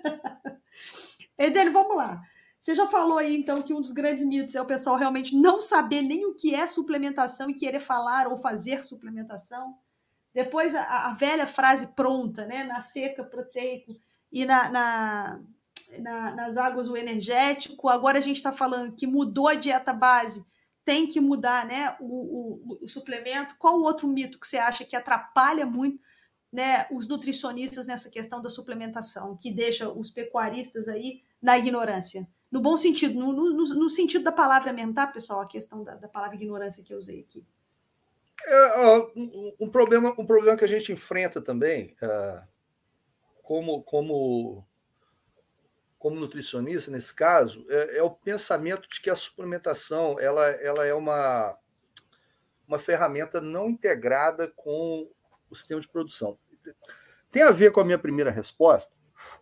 Edene, vamos lá. Você já falou aí, então, que um dos grandes mitos é o pessoal realmente não saber nem o que é suplementação e querer falar ou fazer suplementação. Depois, a, a velha frase pronta, né? Na seca, proteico e na, na, na, nas águas, o energético. Agora a gente está falando que mudou a dieta base, tem que mudar, né? O, o, o suplemento. Qual o outro mito que você acha que atrapalha muito, né, os nutricionistas nessa questão da suplementação, que deixa os pecuaristas aí na ignorância? No bom sentido, no, no, no sentido da palavra mesmo, tá, pessoal? A questão da, da palavra ignorância que eu usei aqui. É, um, um, problema, um problema que a gente enfrenta também, uh, como, como, como nutricionista, nesse caso, é, é o pensamento de que a suplementação ela, ela é uma, uma ferramenta não integrada com o sistema de produção. Tem a ver com a minha primeira resposta,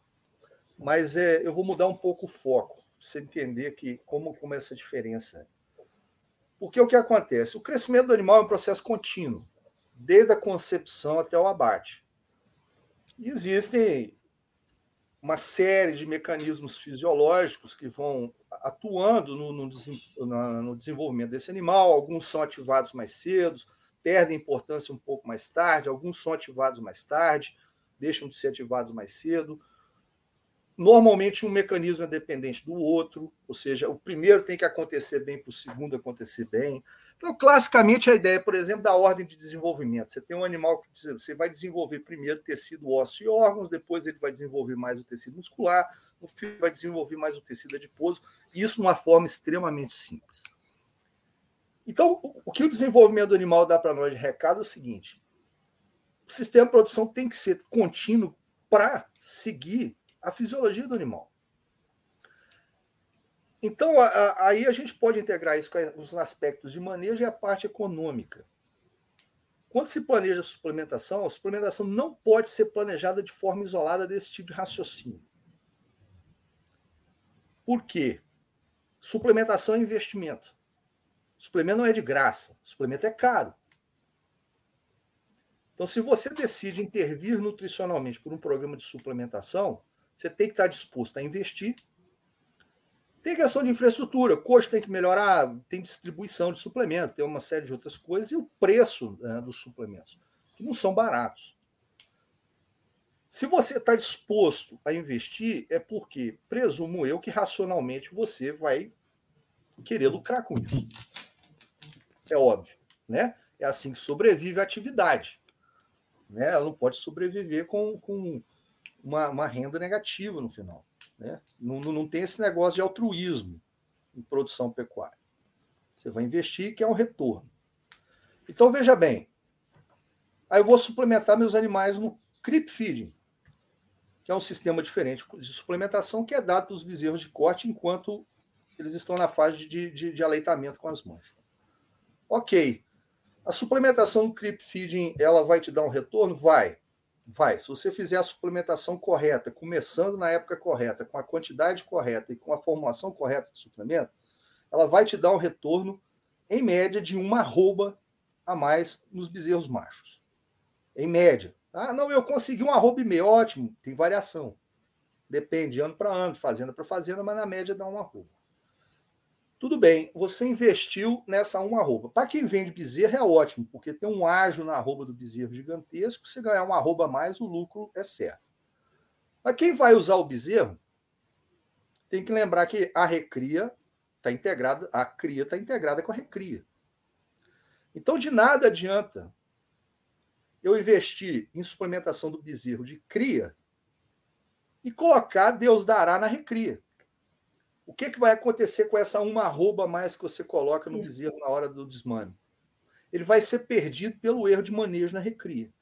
mas é, eu vou mudar um pouco o foco, para você entender que, como, como essa diferença. Porque o que acontece? O crescimento do animal é um processo contínuo, desde a concepção até o abate. E existem uma série de mecanismos fisiológicos que vão atuando no, no, no desenvolvimento desse animal. Alguns são ativados mais cedo, perdem importância um pouco mais tarde, alguns são ativados mais tarde, deixam de ser ativados mais cedo. Normalmente, um mecanismo é dependente do outro, ou seja, o primeiro tem que acontecer bem para o segundo acontecer bem. Então, classicamente, a ideia, por exemplo, da ordem de desenvolvimento. Você tem um animal que você vai desenvolver primeiro tecido ósseo e órgãos, depois ele vai desenvolver mais o tecido muscular, no fim vai desenvolver mais o tecido adiposo, e isso de uma forma extremamente simples. Então, o que o desenvolvimento do animal dá para nós de recado é o seguinte: o sistema de produção tem que ser contínuo para seguir a fisiologia do animal. Então, a, a, aí a gente pode integrar isso com os aspectos de manejo e a parte econômica. Quando se planeja a suplementação, a suplementação não pode ser planejada de forma isolada desse tipo de raciocínio. Por quê? Suplementação é investimento. Suplemento não é de graça, suplemento é caro. Então, se você decide intervir nutricionalmente por um programa de suplementação, você tem que estar disposto a investir. Tem questão de infraestrutura, o custo tem que melhorar, tem distribuição de suplemento, tem uma série de outras coisas, e o preço, né, dos suplementos, que não são baratos. Se você está disposto a investir, é porque, presumo eu, que racionalmente você vai querer lucrar com isso. É óbvio, né? É assim que sobrevive a atividade. Né? Ela não pode sobreviver com, com uma, uma renda negativa no final. Né? Não, não tem esse negócio de altruísmo em produção pecuária. Você vai investir, que é um retorno. Então, veja bem. Aí eu vou suplementar meus animais no creep feeding, que é um sistema diferente de suplementação que é dado para os bezerros de corte enquanto eles estão na fase de, de, de aleitamento com as mães. Ok. A suplementação no creep feeding, ela vai te dar um retorno? Vai. Vai. Se você fizer a suplementação correta, começando na época correta, com a quantidade correta e com a formulação correta de suplemento, ela vai te dar um retorno, em média, de uma arroba a mais nos bezerros machos. Em média. Ah, não, eu consegui um arroba e meio. Ótimo, tem variação. Depende, ano para ano, fazenda para fazenda, mas na média dá uma arroba. Tudo bem, você investiu nessa uma arroba. Para quem vende bezerro é ótimo, porque tem um ágio na arroba do bezerro gigantesco, se ganhar uma arroba a mais, o lucro é certo. Mas quem vai usar o bezerro, tem que lembrar que a recria está integrada, a cria está integrada com a recria. Então, de nada adianta eu investir em suplementação do bezerro de cria e colocar Deus dará na recria. O que, que vai acontecer com essa uma arroba a mais que você coloca no bezerro na hora do desmame? Ele vai ser perdido pelo erro de manejo na recria.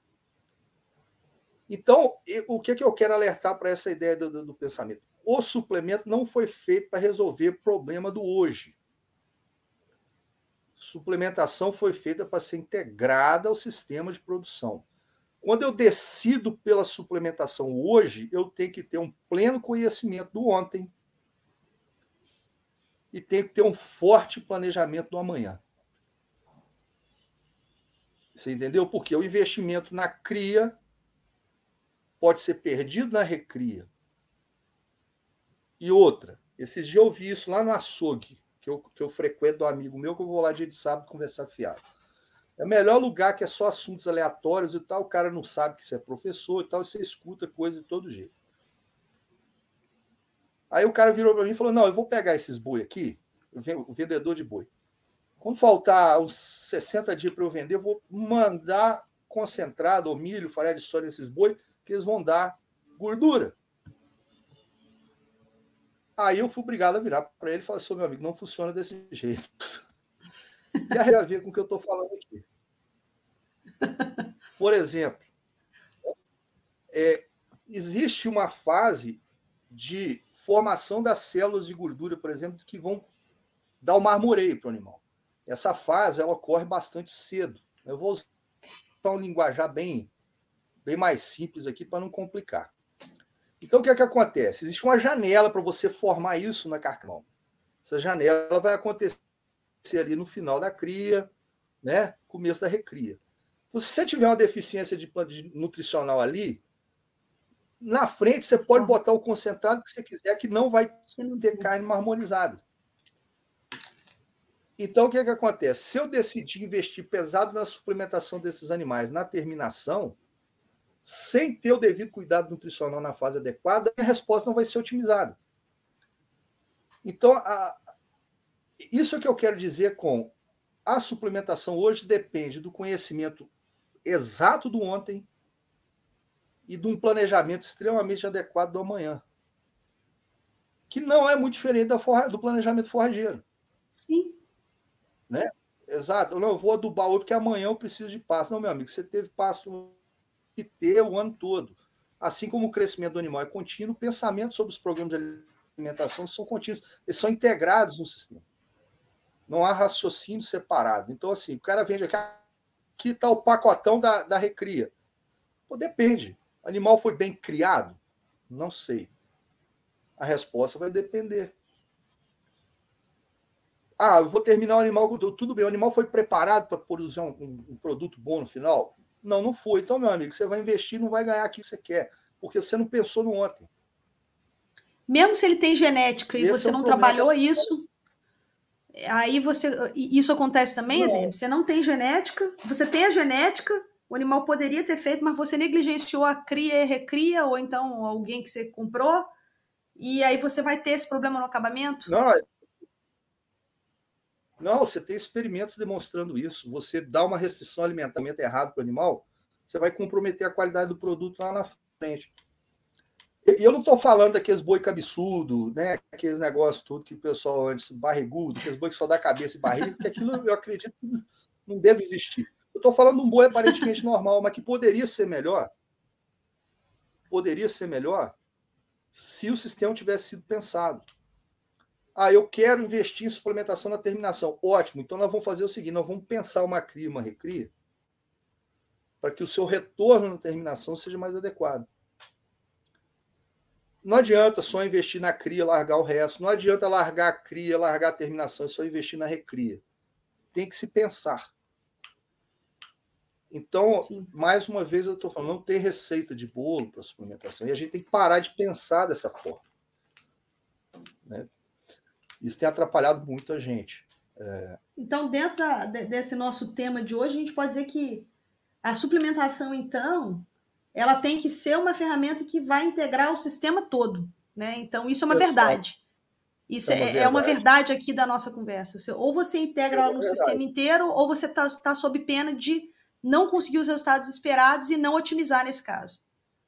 Então, o que, que eu quero alertar para essa ideia do, do, do pensamento? O suplemento não foi feito para resolver o problema do hoje. Suplementação foi feita para ser integrada ao sistema de produção. Quando eu decido pela suplementação hoje, eu tenho que ter um pleno conhecimento do ontem e tenho que ter um forte planejamento do amanhã. Você entendeu? Porque o investimento na cria pode ser perdido na recria. E outra, esses dias eu vi isso lá no açougue, que eu, que eu frequento do amigo meu, que eu vou lá dia de sábado conversar fiado. É o melhor lugar que é só assuntos aleatórios e tal, o cara não sabe que você é professor e tal, e você escuta coisa de todo jeito. Aí o cara virou para mim e falou, não, eu vou pegar esses boi aqui, o vendedor de boi. Quando faltar uns sessenta dias para eu vender, eu vou mandar concentrado, ou milho, farinha de soja nesses boi, que eles vão dar gordura. Aí eu fui obrigado a virar para ele e falar assim, meu amigo, não funciona desse jeito. E aí a ver com o que eu estou falando aqui. Por exemplo, é, existe uma fase de formação das células de gordura, por exemplo, que vão dar o marmoreio para o animal. Essa fase ela ocorre bastante cedo. Eu vou usar um linguajar bem, bem mais simples aqui para não complicar. Então, o que é que acontece? Existe uma janela para você formar isso na carcão. Essa janela vai acontecer ali no final da cria, né? Começo da recria. Então, se você tiver uma deficiência de, de nutricional ali, na frente você pode botar o concentrado que você quiser, que não vai ter carne marmorizada. Então, o que é que acontece? Se eu decidir investir pesado na suplementação desses animais, na terminação, sem ter o devido cuidado nutricional na fase adequada, a resposta não vai ser otimizada. Então, a, isso é que eu quero dizer com a suplementação hoje depende do conhecimento exato do ontem e de um planejamento extremamente adequado do amanhã, que não é muito diferente da forra, do planejamento forrageiro. Sim. Né? Exato. Não, eu vou adubar hoje porque amanhã eu preciso de pasto. Não, meu amigo, você teve pasto que ter o ano todo. Assim como o crescimento do animal é contínuo, o pensamento sobre os programas de alimentação são contínuos. Eles são integrados no sistema. Não há raciocínio separado. Então, assim, o cara vende aqui, aqui está o pacotão da, da recria. Pô, depende. O animal foi bem criado? Não sei. A resposta vai depender. Ah, eu vou terminar o animal. Tudo bem, o animal foi preparado para produzir um, um, um produto bom no final? Não, não foi. Então, meu amigo, você vai investir e não vai ganhar aquilo que você quer, porque você não pensou no ontem. Mesmo se ele tem genética e Esse você é um não problema trabalhou que... isso, aí você. Isso acontece também, Edem? Você não tem genética, você tem a genética, o animal poderia ter feito, mas você negligenciou a cria e recria, ou então alguém que você comprou, e aí você vai ter esse problema no acabamento? Não, não, você tem experimentos demonstrando isso. Você dá uma restrição alimentar errado para o animal, você vai comprometer a qualidade do produto lá na frente. E eu não estou falando daqueles boi cabeçudo, né? Aqueles negócios tudo que o pessoal antes, barrigudo, aqueles boi que só dá cabeça e barriga, porque aquilo eu acredito que não deve existir. Eu estou falando de um boi aparentemente normal, mas que poderia ser melhor. Poderia ser melhor se o sistema tivesse sido pensado. Ah, eu quero investir em suplementação na terminação. Ótimo, então nós vamos fazer o seguinte, nós vamos pensar uma cria, uma recria, para que o seu retorno na terminação seja mais adequado. Não adianta só investir na cria e largar o resto. Não adianta largar a cria, largar a terminação e só investir na recria. Tem que se pensar. Então, Sim. mais uma vez eu estou falando, não tem receita de bolo para suplementação. E a gente tem que parar de pensar dessa forma. Né? Isso tem atrapalhado muito a gente. É... Então, dentro da, desse nosso tema de hoje, a gente pode dizer que a suplementação, então, ela tem que ser uma ferramenta que vai integrar o sistema todo. Né? Então, isso é uma Exato. verdade. Isso é uma, é, verdade. é uma verdade aqui da nossa conversa. Ou você integra é ela no verdade. sistema inteiro, ou você está tá sob pena de não conseguir os resultados esperados e não otimizar nesse caso.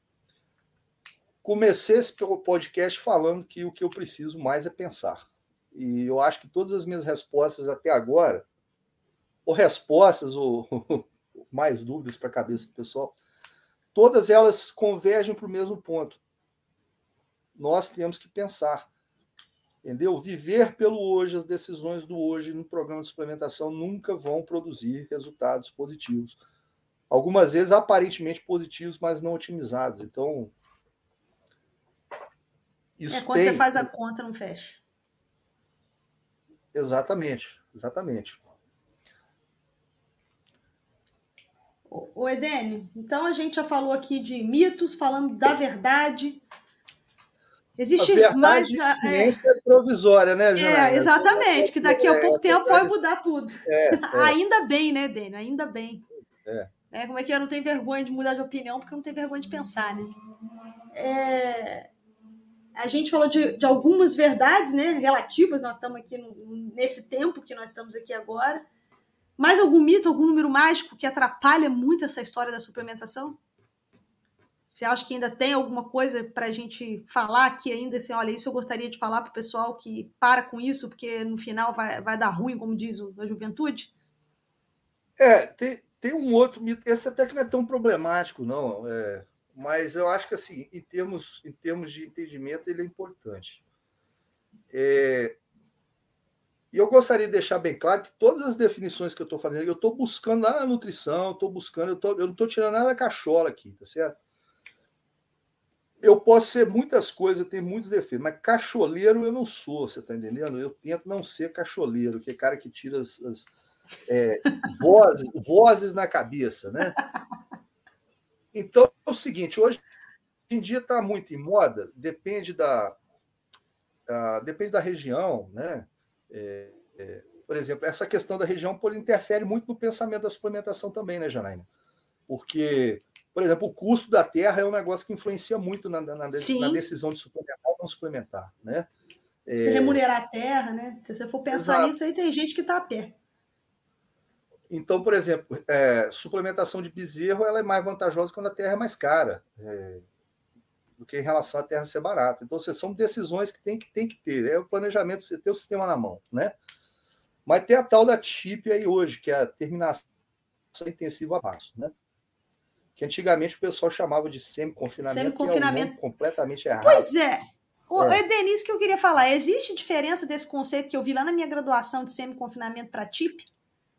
Comecei esse podcast falando que o que eu preciso mais é pensar. E eu acho que todas as minhas respostas até agora, ou respostas, ou mais dúvidas para a cabeça do pessoal, todas elas convergem para o mesmo ponto. Nós temos que pensar. Entendeu? Viver pelo hoje, as decisões do hoje no programa de suplementação nunca vão produzir resultados positivos. Algumas vezes aparentemente positivos, mas não otimizados. Então, isso É, quando tem... você faz a conta, não fecha. Exatamente, exatamente. Ô, Edene, então a gente já falou aqui de mitos, falando da verdade. Existe A verdade mais. de É, ciência é provisória, né, é, Janaína? exatamente, que daqui a É, pouco a tempo pode verdade... mudar tudo. É, é, Ainda bem, né, Edene? Ainda bem. é. É, como é que eu não tenho vergonha de mudar de opinião, porque eu não tenho vergonha de pensar, né? É, a gente falou de, de algumas verdades, né, relativas, nós estamos aqui no, nesse tempo que nós estamos aqui agora. Mais algum mito, algum número mágico que atrapalha muito essa história da suplementação? Você acha que ainda tem alguma coisa para a gente falar aqui ainda? Assim, olha, isso eu gostaria de falar para o pessoal que para com isso, porque no final vai, vai dar ruim, como diz o, a juventude? É, tem, tem um outro mito, esse até que não é tão problemático, não, é, mas eu acho que, assim, em termos, em termos de entendimento, ele é importante. É, e eu gostaria de deixar bem claro que todas as definições que eu estou fazendo, eu estou buscando lá na nutrição, estou buscando, eu, tô, eu não estou tirando nada da cachola aqui, tá certo? Eu posso ser muitas coisas, eu tenho muitos defeitos, mas cacholeiro eu não sou, você está entendendo? Eu tento não ser cacholeiro, que é cara que tira as, as é, vozes, vozes na cabeça, né? Então é o seguinte, hoje em dia está muito em moda, depende da, a, depende da região, né? É, é, por exemplo, essa questão da região pô, interfere muito no pensamento da suplementação também, né, Janaína? Porque, por exemplo, o custo da terra é um negócio que influencia muito na, na, na Sim. decisão de suplementar ou não suplementar, né? Se É, remunerar a terra, né? Se você for pensar exato. nisso, aí tem gente que está a pé. Então, por exemplo, é, suplementação de bezerro ela é mais vantajosa quando a terra é mais cara. É, do que em relação à terra ser barata. Então, são decisões que tem que, tem que ter. É o planejamento, você ter o sistema na mão, né? Mas tem a tal da T I P aí hoje, que é a terminação intensiva a passo, né? Que antigamente o pessoal chamava de semi-confinamento, que é um nome Semi-confinamento. completamente errado. Pois é. Ô, É. é Denise que eu queria falar. Existe diferença desse conceito que eu vi lá na minha graduação de semi-confinamento para T I P?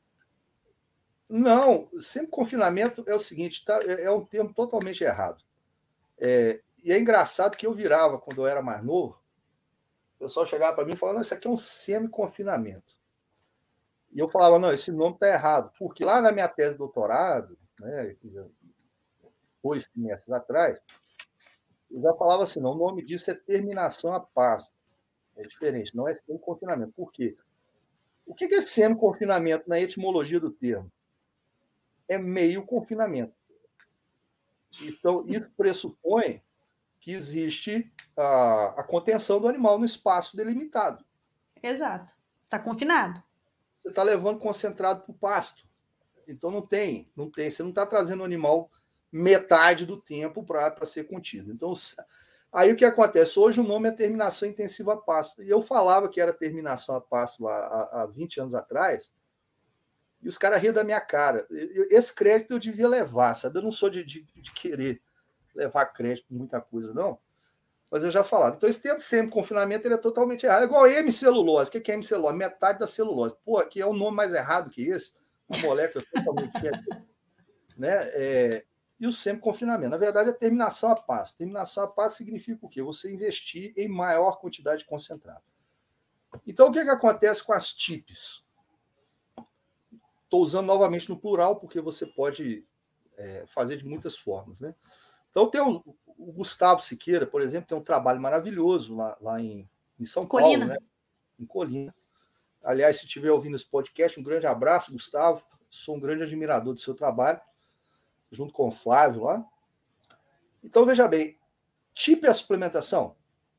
Não, semi-confinamento é o seguinte, tá? É, é um termo totalmente errado. É, e é engraçado que eu virava, quando eu era mais novo, o pessoal chegava para mim e falava, não, isso aqui é um semi-confinamento. E eu falava, não, esse nome está errado, porque lá na minha tese de doutorado, né, dois semestres atrás, eu já falava assim, não, o nome disso é terminação a passo. É diferente, não é semi-confinamento. Por quê? O que é semi-confinamento na etimologia do termo? É meio confinamento. Então, isso pressupõe que existe a, a contenção do animal no espaço delimitado. Exato. Está confinado. Você está levando concentrado para o pasto. Então não tem, não tem. Você não está trazendo o animal metade do tempo para ser contido. Então, aí o que acontece? Hoje o nome é terminação intensiva a pasto. E eu falava que era terminação a pasto lá há, há vinte anos atrás, e os caras riam da minha cara. Esse crédito eu devia levar, sabe? Eu não sou de, de, de querer levar crédito por muita coisa, não. Mas eu já falava. Então, esse tempo sempre, confinamento, ele é totalmente errado. É igual hemicelulose. O que é hemicelulose? Metade da celulose. Pô, aqui é um nome mais errado que esse. Uma molécula totalmente diferente. Né? É, e o semi-confinamento. Na verdade, é terminação a passo. Terminação a passo significa o quê? Você investir em maior quantidade de concentrado. Então, o que, é que acontece com as T I Ps? Estou usando novamente no plural, porque você pode é, fazer de muitas formas. Né? Então, tem um, o Gustavo Siqueira, por exemplo, tem um trabalho maravilhoso lá, lá em, em São Colina. Paulo, né? Em Colina. Aliás, se estiver ouvindo esse podcast, um grande abraço, Gustavo. Sou um grande admirador do seu trabalho, junto com o Flávio lá. Então, veja bem, T I P é a suplementação?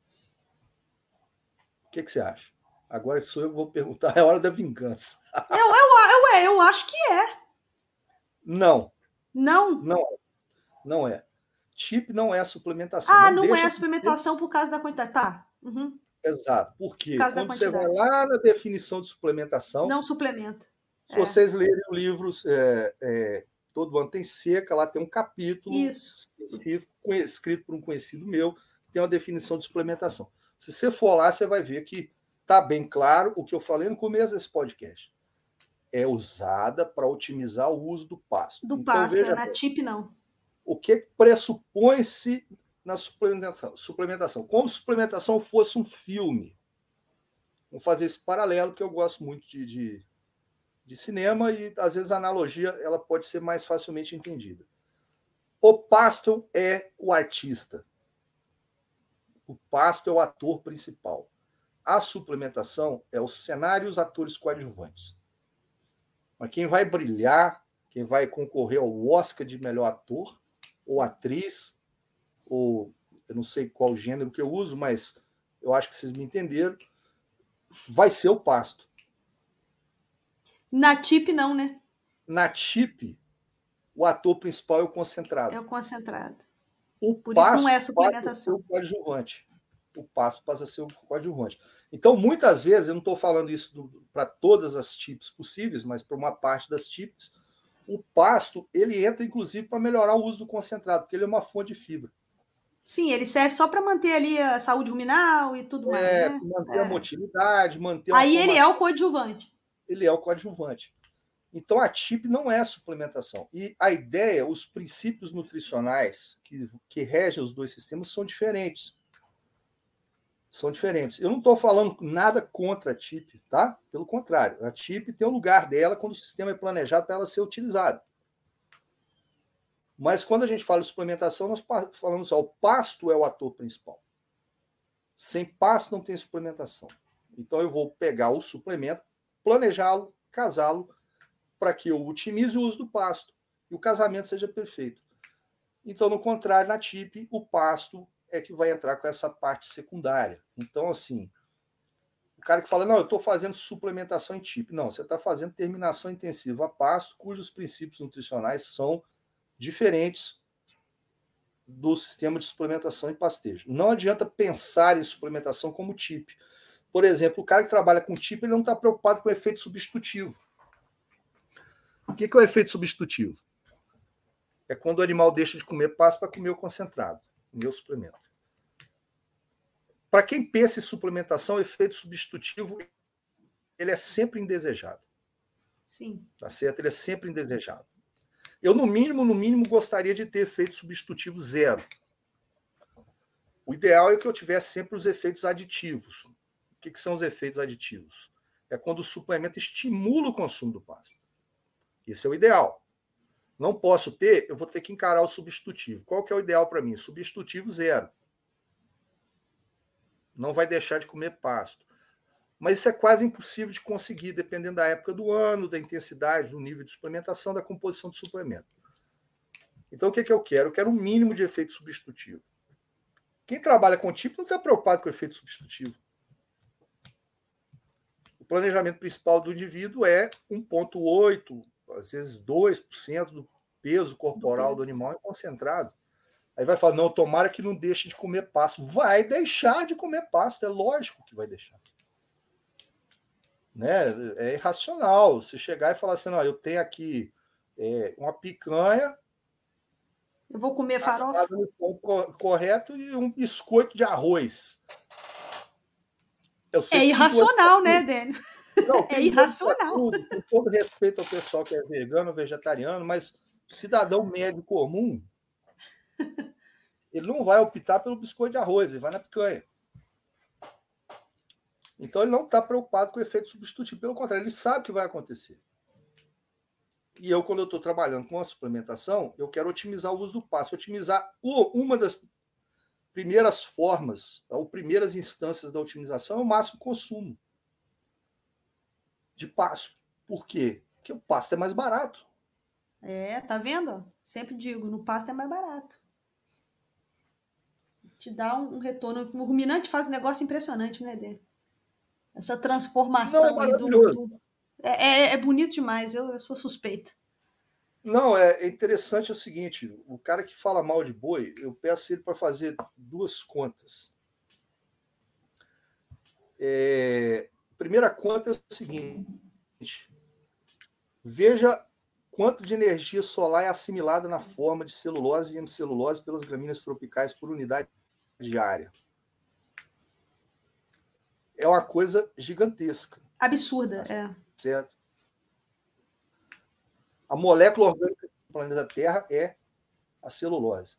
O que, que você acha? Agora que sou eu que vou perguntar, é hora da vingança. Eu, eu, eu, eu, eu acho que é. Não. Não? Não, não é. T I P não é a suplementação. Ah, não não é deixa a suplementação por causa da quantidade. Tá. Uhum. Exato. Por Por quê? causa da Quando você vai quantidade. lá na definição de suplementação, Não suplementa. se É. vocês lerem o livro é, é, Todo Ano Tem Seca, lá tem um capítulo Isso. específico, escrito por um conhecido meu, que tem uma definição de suplementação. Se você for lá, você vai ver que está bem claro o que eu falei no começo desse podcast. É usada para otimizar o uso do pasto. Do então, pasto, veja é na bem, T I P não. O que pressupõe-se na suplementação? suplementação? Como se suplementação fosse um filme. Vamos fazer esse paralelo, que eu gosto muito de, de, de cinema e, às vezes, a analogia ela pode ser mais facilmente entendida. O pasto é o artista. O pasto é o ator principal. A suplementação é o cenário e os atores coadjuvantes. Mas quem vai brilhar, quem vai concorrer ao Oscar de melhor ator ou atriz, ou eu não sei qual gênero que eu uso, mas eu acho que vocês me entenderam, vai ser o pasto. Na T I P não, né? Na T I P, o ator principal é o concentrado. É o concentrado. O Por pasto isso não é passa a ser suplementação. o coadjuvante. O pasto passa a ser o coadjuvante. Então, muitas vezes, eu não estou falando isso para todas as T I Ps possíveis, mas para uma parte das T I Ps, o pasto ele entra, inclusive, para melhorar o uso do concentrado, porque ele é uma fonte de fibra. Sim, ele serve só para manter ali a saúde ruminal e tudo mais, É, né? manter É. a motilidade, manter uma Aí ele formação. é o coadjuvante. Ele é o coadjuvante. Então, a T I P não é suplementação. E a ideia, os princípios nutricionais que, que regem os dois sistemas são diferentes. São diferentes. Eu não estou falando nada contra a T I P, tá? Pelo contrário, a T I P tem o lugar dela quando o sistema é planejado para ela ser utilizada. Mas quando a gente fala de suplementação, nós falamos só, o pasto é o ator principal. Sem pasto não tem suplementação. Então eu vou pegar o suplemento, planejá-lo, casá-lo, para que eu otimize o uso do pasto e o casamento seja perfeito. Então, no contrário, na T I P, o pasto é que vai entrar com essa parte secundária. Então, assim, o cara que fala, não, eu estou fazendo suplementação em T I P. Não, você está fazendo terminação intensiva a pasto, cujos princípios nutricionais são diferentes do sistema de suplementação em pastejo. Não adianta pensar em suplementação como T I P. Por exemplo, o cara que trabalha com T I P, ele não está preocupado com o efeito substitutivo. O que é o efeito substitutivo? É quando o animal deixa de comer pasto para comer o concentrado, o meu suplemento. Para quem pensa em suplementação, o efeito substitutivo ele é sempre indesejado. Sim. Tá certo? Ele é sempre indesejado. Eu, no mínimo, no mínimo, gostaria de ter efeito substitutivo zero. O ideal é que eu tivesse sempre os efeitos aditivos. O que, que são os efeitos aditivos? É quando o suplemento estimula o consumo do pasto. Esse é o ideal. Não posso ter, eu vou ter que encarar o substitutivo. Qual que é o ideal para mim? Substitutivo zero. Não vai deixar de comer pasto. Mas isso é quase impossível de conseguir, dependendo da época do ano, da intensidade, do nível de suplementação, da composição do suplemento. Então, o que, que eu quero? Eu quero um mínimo de efeito substitutivo. Quem trabalha com T I P não está preocupado com o efeito substitutivo. O planejamento principal do indivíduo é um vírgula oito por cento, às vezes dois por cento do peso corporal do, peso. do animal é concentrado. Aí vai falar, não, tomara que não deixe de comer pasto. Vai deixar de comer pasto, é lógico que vai deixar. Né? É irracional você chegar e falar assim, não, eu tenho aqui é, uma picanha, eu vou comer farofa no ponto correto e um biscoito de arroz. Eu sei é irracional, né, Dênio? Não, é irracional. Tudo, com todo respeito ao pessoal que é vegano, vegetariano, mas cidadão médio comum, ele não vai optar pelo biscoito de arroz, ele vai na picanha. Então ele não está preocupado com o efeito substitutivo, pelo contrário, ele sabe o que vai acontecer. E eu, quando eu estou trabalhando com a suplementação, eu quero otimizar o uso do pasto, otimizar o, uma das primeiras formas, ou primeiras instâncias da otimização é o máximo consumo de pasto. Por quê? Porque o pasto é mais barato. É, tá vendo? Sempre digo, no pasto é mais barato. Te dá um, um retorno. O ruminante faz um negócio impressionante, né, Dê? Essa transformação Não, é aí do, do... É, é, é bonito demais, eu, eu sou suspeita. Não, é interessante o seguinte, o cara que fala mal de boi, eu peço ele para fazer duas contas. É, a primeira conta é o seguinte, veja quanto de energia solar é assimilada na forma de celulose e hemicelulose pelas gramíneas tropicais por unidade diária. é uma coisa gigantesca. Absurda, Tá é. Certo? A molécula orgânica do planeta Terra é a celulose.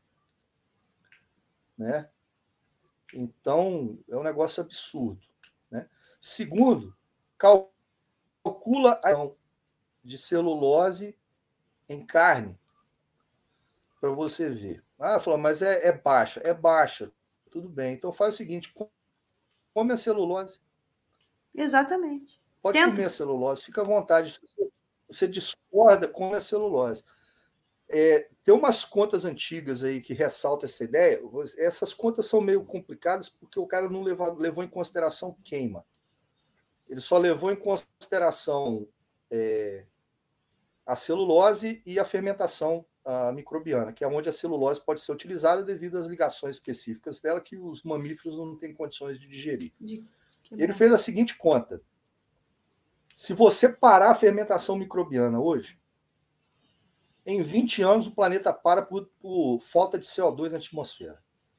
Né? Então, é um negócio absurdo. Né? Segundo, calcula a de celulose em carne para você ver. Ah, falou, mas é, é baixa. É baixa. Tudo bem. Então faz o seguinte, come a celulose. Exatamente. Pode Tenta. comer a celulose, fica à vontade. Você discorda, come a celulose. É, tem umas contas antigas aí que ressaltam essa ideia. Essas contas são meio complicadas porque o cara não levou, levou em consideração queima. Ele só levou em consideração é, a celulose e a fermentação a microbiana, que é onde a celulose pode ser utilizada devido às ligações específicas dela que os mamíferos não têm condições de digerir. De Ele fez a seguinte conta. Se você parar a fermentação microbiana hoje, em vinte anos o planeta para por, por falta de C O dois na atmosfera.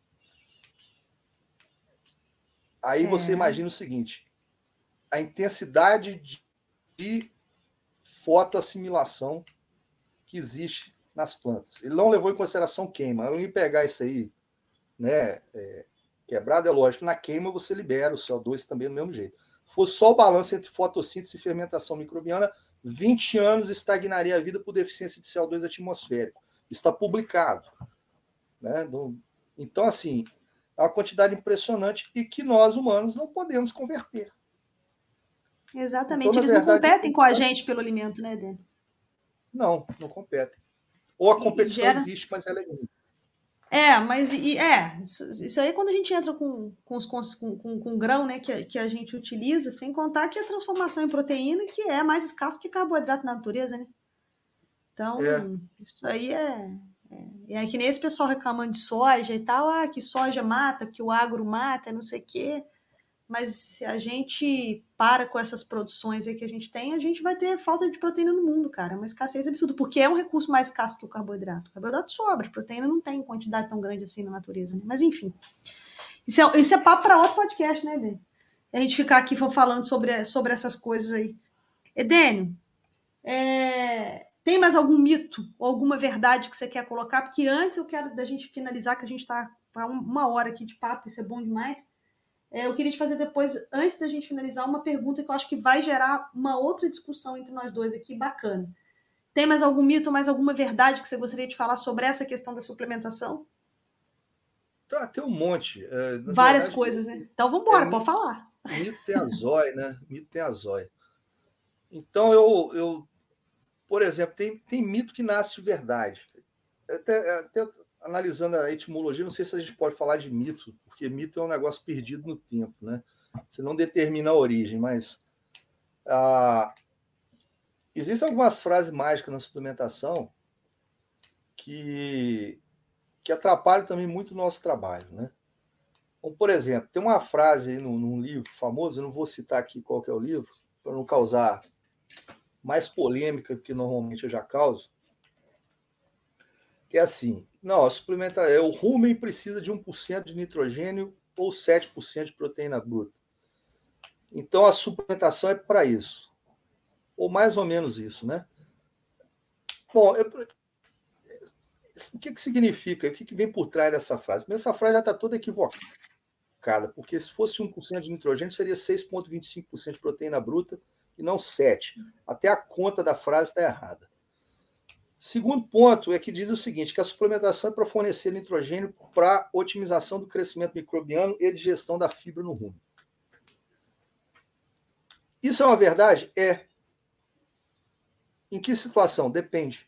Aí é. Você imagina o seguinte, a intensidade de, de fotoassimilação que existe nas plantas. Ele não levou em consideração queima. Eu ia pegar isso aí, né, é, quebrado, é lógico. Na queima você libera o C O dois também do mesmo jeito. Se fosse só o balanço entre fotossíntese e fermentação microbiana, vinte anos estagnaria a vida por deficiência de C O dois atmosférico. Está publicado. Né? Então, assim, é uma quantidade impressionante e que nós, humanos, não podemos converter. Exatamente. Então, eles verdade, não competem com a gente pelo alimento, né, Dê? Não, não competem. Ou a competição gera... existe, mas ela é ruim. É, mas e, é, isso aí é quando a gente entra com, com, os, com, com, com grão, né, que, que a gente utiliza, sem contar que a transformação em proteína que é mais escasso que carboidrato na natureza, né? Então, é. isso aí é, é... É que nem esse pessoal reclamando de soja e tal, ah, que soja mata, que o agro mata, não sei o quê. Mas se a gente para com essas produções aí que a gente tem, a gente vai ter falta de proteína no mundo, cara. Uma escassez absurda, porque é um recurso mais escasso que o carboidrato. O carboidrato sobra, proteína não tem quantidade tão grande assim na natureza, né? Mas enfim, isso é, isso é papo para outro podcast, né, Edênio? A gente ficar aqui falando sobre, sobre essas coisas aí. Edênio, é... tem mais algum mito ou alguma verdade que você quer colocar? Porque antes eu quero da gente finalizar, que a gente está para uma hora aqui de papo, isso é bom demais. Eu queria te fazer depois, antes da gente finalizar, uma pergunta que eu acho que vai gerar uma outra discussão entre nós dois aqui, bacana. Tem mais algum mito, mais alguma verdade que você gostaria de falar sobre essa questão da suplementação? Tá, tem um monte. É, Várias verdade, coisas, né? Então vamos embora, é, pode mito, falar. Mito tem a zóia, né? Mito tem a zóia. Então, eu, eu por exemplo, tem, tem mito que nasce de verdade. Até, até analisando a etimologia, não sei se a gente pode falar de mito, porque mito é um negócio perdido no tempo, né? Você não determina a origem, mas ah, existem algumas frases mágicas na suplementação que, que atrapalham também muito o nosso trabalho, né? Então, por exemplo, tem uma frase aí num, num livro famoso, eu não vou citar aqui qual que é o livro, para não causar mais polêmica do que normalmente eu já causo, que é assim, não, a suplementação, o rumen precisa de um por cento de nitrogênio ou sete por cento de proteína bruta. Então, a suplementação é para isso. Ou mais ou menos isso, né? Bom, eu, o que, que significa? O que, que vem por trás dessa frase? Essa frase já está toda equivocada, porque se fosse um por cento de nitrogênio, seria seis vírgula vinte e cinco por cento de proteína bruta e não sete por cento. Até a conta da frase está errada. Segundo ponto é que diz o seguinte, que a suplementação é para fornecer nitrogênio para otimização do crescimento microbiano e digestão da fibra no rumen. Isso é uma verdade? É. Em que situação? Depende.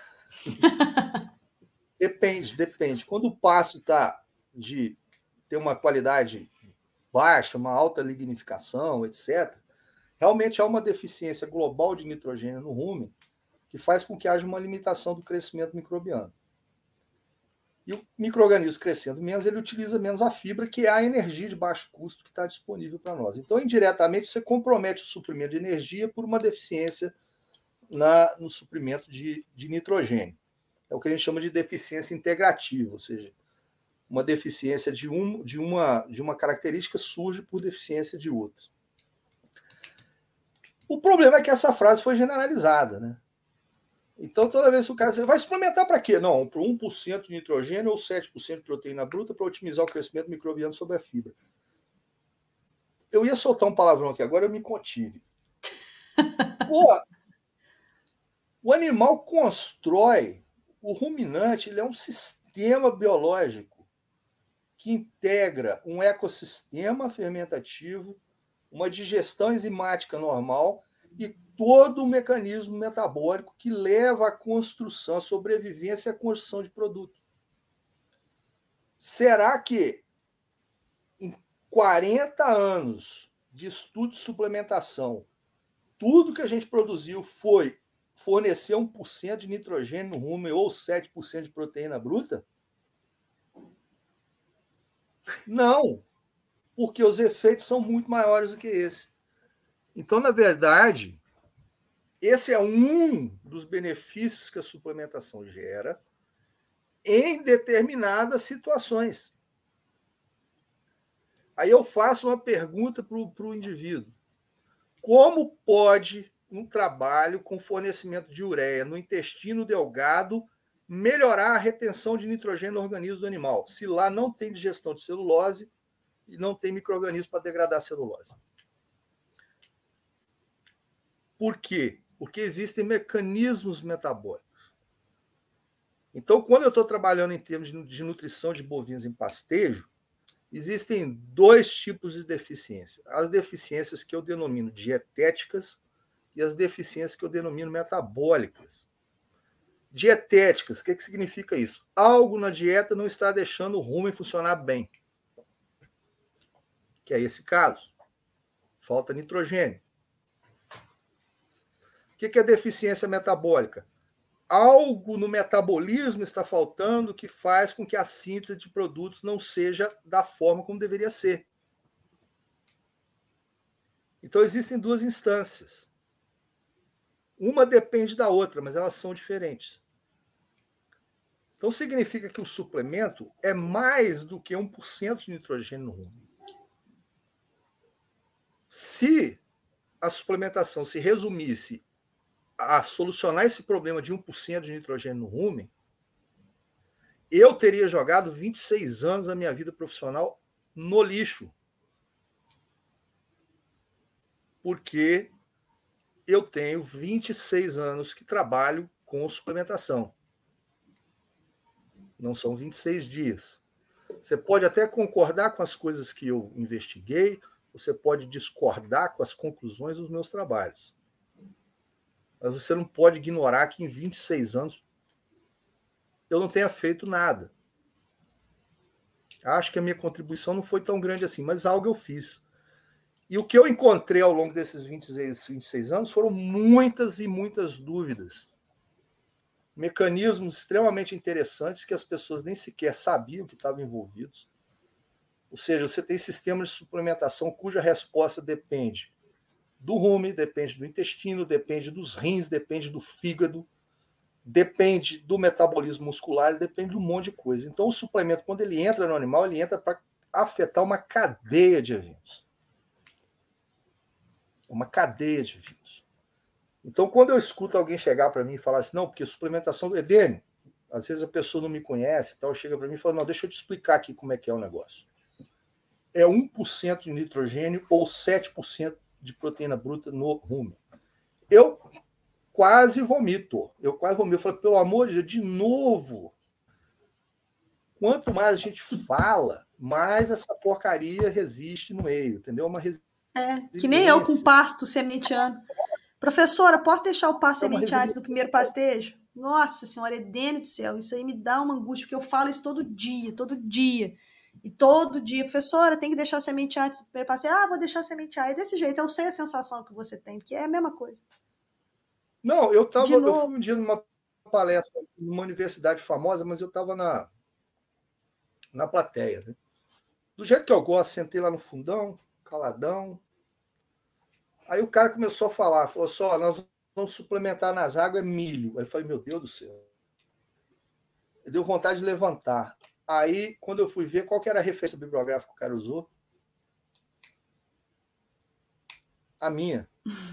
depende, depende. Quando o pasto está de ter uma qualidade baixa, uma alta lignificação, etcétera, realmente há uma deficiência global de nitrogênio no rumen que faz com que haja uma limitação do crescimento microbiano. E o micro-organismo crescendo menos, ele utiliza menos a fibra, que é a energia de baixo custo que está disponível para nós. Então, indiretamente, você compromete o suprimento de energia por uma deficiência na, no suprimento de, de nitrogênio. É o que a gente chama de deficiência integrativa, ou seja, uma deficiência de, um, de, uma, de uma característica surge por deficiência de outra. O problema é que essa frase foi generalizada, né? Então, toda vez que o cara... Você vai suplementar para quê? Não, para um por cento de nitrogênio ou sete por cento de proteína bruta para otimizar o crescimento microbiano sobre a fibra. Eu ia soltar um palavrão aqui, agora eu me contive. Pô, o animal constrói, o ruminante, ele é um sistema biológico que integra um ecossistema fermentativo, uma digestão enzimática normal e todo o mecanismo metabólico que leva à construção, à sobrevivência e à construção de produto. Será que em quarenta anos de estudo de suplementação, tudo que a gente produziu foi fornecer um por cento de nitrogênio no rumen ou sete por cento de proteína bruta? Não, porque os efeitos são muito maiores do que esse. Então, na verdade, esse é um dos benefícios que a suplementação gera em determinadas situações. Aí eu faço uma pergunta para o indivíduo. Como pode um trabalho com fornecimento de ureia no intestino delgado melhorar a retenção de nitrogênio no organismo do animal, se lá não tem digestão de celulose e não tem micro-organismo para degradar a celulose? Por quê? Porque existem mecanismos metabólicos. Então, quando eu estou trabalhando em termos de nutrição de bovinos em pastejo, existem dois tipos de deficiência. As deficiências que eu denomino dietéticas e as deficiências que eu denomino metabólicas. Dietéticas, o que, que significa isso? Algo na dieta não está deixando o rumen funcionar bem. Que é esse caso. Falta nitrogênio. O que, que é deficiência metabólica? Algo no metabolismo está faltando que faz com que a síntese de produtos não seja da forma como deveria ser. Então, existem duas instâncias. Uma depende da outra, mas elas são diferentes. Então, significa que o suplemento é mais do que um por cento de nitrogênio no rumen. Se a suplementação se resumisse a solucionar esse problema de um por cento de nitrogênio no rumen, eu teria jogado vinte e seis anos da minha vida profissional no lixo. Porque eu tenho vinte e seis anos que trabalho com suplementação. Não são vinte e seis dias. Você pode até concordar com as coisas que eu investiguei, você pode discordar com as conclusões dos meus trabalhos. Mas você não pode ignorar que em vinte e seis anos eu não tenha feito nada. Acho que a minha contribuição não foi tão grande assim, mas algo eu fiz. E o que eu encontrei ao longo desses vinte e seis anos foram muitas e muitas dúvidas. Mecanismos extremamente interessantes que as pessoas nem sequer sabiam que estavam envolvidos. Ou seja, você tem sistemas de suplementação cuja resposta depende do rumen, depende do intestino, depende dos rins, depende do fígado, depende do metabolismo muscular, depende de um monte de coisa. Então, o suplemento, quando ele entra no animal, ele entra para afetar uma cadeia de eventos. Uma cadeia de eventos. Então, quando eu escuto alguém chegar para mim e falar assim, não, porque suplementação do Edênio, às vezes a pessoa não me conhece, tal, chega para mim e fala, não, deixa eu te explicar aqui como é que é o negócio. É um por cento de nitrogênio ou sete por cento de proteína bruta no rumen. Eu quase vomito. Eu quase vomito. Eu falo, pelo amor de Deus, de novo. Quanto mais a gente fala, mais essa porcaria resiste no meio, entendeu? Uma resistência. É, que nem eu com pasto sementeando. Professora, posso deixar o pasto É uma sementear antes do primeiro pastejo? Nossa senhora, Edênio do céu, isso aí me dá uma angústia, porque eu falo isso todo dia, todo dia. E todo dia, professora, tem que deixar sementear antes do primeiro pastejo. Ah, vou deixar sementear. É desse jeito, eu sei a sensação que você tem, porque é a mesma coisa. Não, eu tava, eu fui um dia numa palestra numa universidade famosa, mas eu estava na, na plateia. Né? Do jeito que eu gosto, sentei lá no fundão, caladão. Aí o cara começou a falar, falou só, nós vamos suplementar nas águas milho. Aí eu falei, meu Deus do céu. Eu deu vontade de levantar. Aí, quando eu fui ver qual que era a referência bibliográfica que o cara usou, a minha.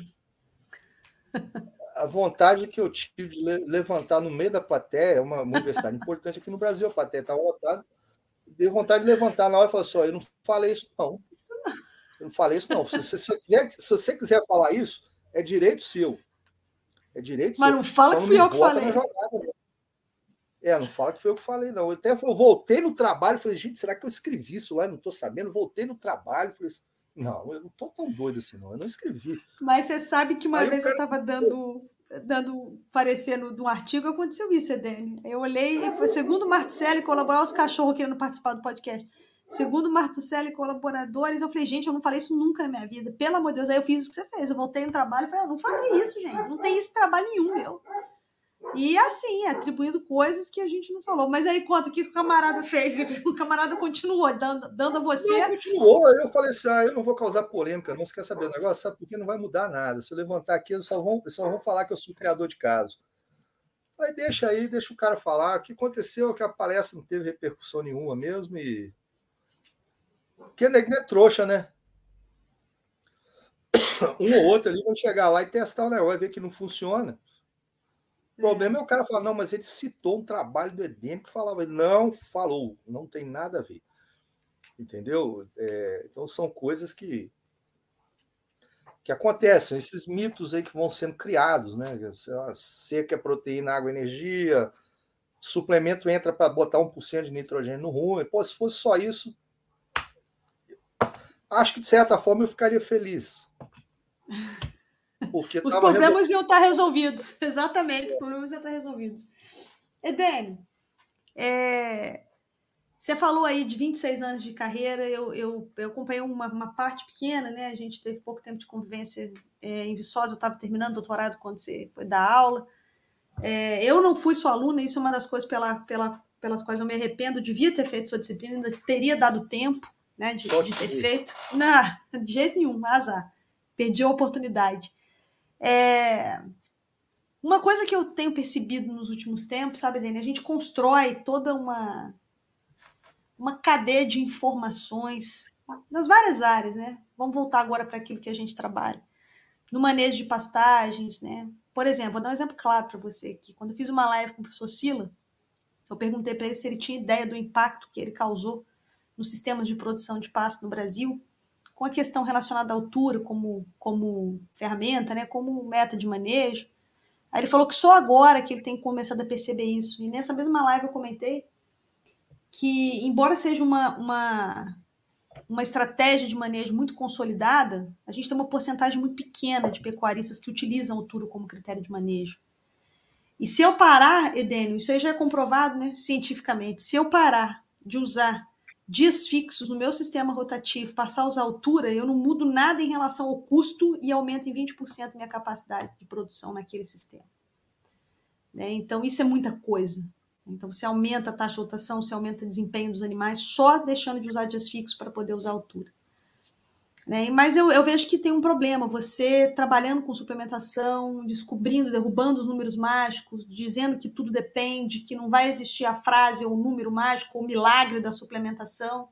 A vontade que eu tive de levantar no meio da plateia, uma, uma universidade importante aqui no Brasil, a plateia estava lotada, dei vontade de levantar na hora e falar assim: ó, eu não falei isso, não. Eu não falei isso, não. Se, se, se, quiser, se você quiser falar isso, é direito seu. É direito Mas seu. não fala Só que não fui me eu que bota falei. na jogada. Né? É, não fala que foi eu que falei, não. Eu até eu voltei no trabalho e falei, gente, será que eu escrevi isso lá? Eu não estou sabendo. Voltei no trabalho e falei assim, não, eu não estou tão doido assim, não. Eu não escrevi. Mas você sabe que uma Aí vez cara... eu estava dando, dando parecer no, no artigo, aconteceu isso, Edene. Eu olhei e falei, segundo Martucelli colaborar, os cachorros querendo participar do podcast. Segundo Martucelli colaboradores, eu falei, gente, eu não falei isso nunca na minha vida. Pelo amor de Deus, aí eu fiz o que você fez. Eu voltei no trabalho e falei, eu não falei isso, gente. Não tem isso trabalho nenhum, meu. E assim, atribuindo coisas que a gente não falou. Mas aí, conta o que o camarada fez. O camarada continuou dando, dando a você. Não, continuou. Eu falei assim: ah, eu não vou causar polêmica, não. Você quer saber o negócio? Sabe por que não vai mudar nada? Se eu levantar aqui, eles só vão, eles só vão falar que eu sou criador de casos. Aí deixa aí, deixa o cara falar. O que aconteceu é que a palestra não teve repercussão nenhuma mesmo. E. Porque não é trouxa, né? Um ou outro ali vai chegar lá e testar o negócio, vai ver que não funciona. O problema é, é o cara falar, não, mas ele citou um trabalho do Edene que falava. Não falou, não tem nada a ver. Entendeu? É, então são coisas que, que acontecem, esses mitos aí que vão sendo criados, né? Seca, proteína, água, energia, suplemento entra para botar um por cento de nitrogênio no rumo. Pô, se fosse só isso, acho que de certa forma eu ficaria feliz. Porque os problemas iam estar resolvidos. Exatamente, os problemas iam estar resolvidos. Edene, é... você falou aí de vinte e seis anos de carreira, eu, eu, eu acompanhei uma, uma parte pequena, né? A gente teve pouco tempo de convivência é, em Viçosa, eu estava terminando o doutorado quando você foi dar aula. É, eu não fui sua aluna, isso é uma das coisas pela, pela, pelas quais eu me arrependo, devia ter feito sua disciplina, ainda teria dado tempo, né, de, de ter feito. Não, de jeito nenhum, azar. Perdi a oportunidade. É... Uma coisa que eu tenho percebido nos últimos tempos, sabe, Dani? A gente constrói toda uma, uma cadeia de informações nas várias áreas, né? Vamos voltar agora para aquilo que a gente trabalha. No manejo de pastagens, né? Por exemplo, vou dar um exemplo claro para você aqui. Quando eu fiz uma live com o professor Sila, eu perguntei para ele se ele tinha ideia do impacto que ele causou nos sistemas de produção de pasto no Brasil, com a questão relacionada à altura como, como ferramenta, né? Como meta de manejo. Aí ele falou que só agora que ele tem começado a perceber isso. E nessa mesma live eu comentei que, embora seja uma, uma, uma estratégia de manejo muito consolidada, a gente tem uma porcentagem muito pequena de pecuaristas que utilizam altura como critério de manejo. E se eu parar, Edênio, isso aí já é comprovado, né, cientificamente, se eu parar de usar dias fixos no meu sistema rotativo, passar a usar altura, eu não mudo nada em relação ao custo e aumento em vinte por cento minha capacidade de produção naquele sistema. Né? Então, isso é muita coisa. Então, você aumenta a taxa de rotação, você aumenta o desempenho dos animais, só deixando de usar dias fixos para poder usar altura. Né? Mas eu, eu vejo que tem um problema, você trabalhando com suplementação, descobrindo, derrubando os números mágicos, dizendo que tudo depende, que não vai existir a frase ou o número mágico ou o milagre da suplementação.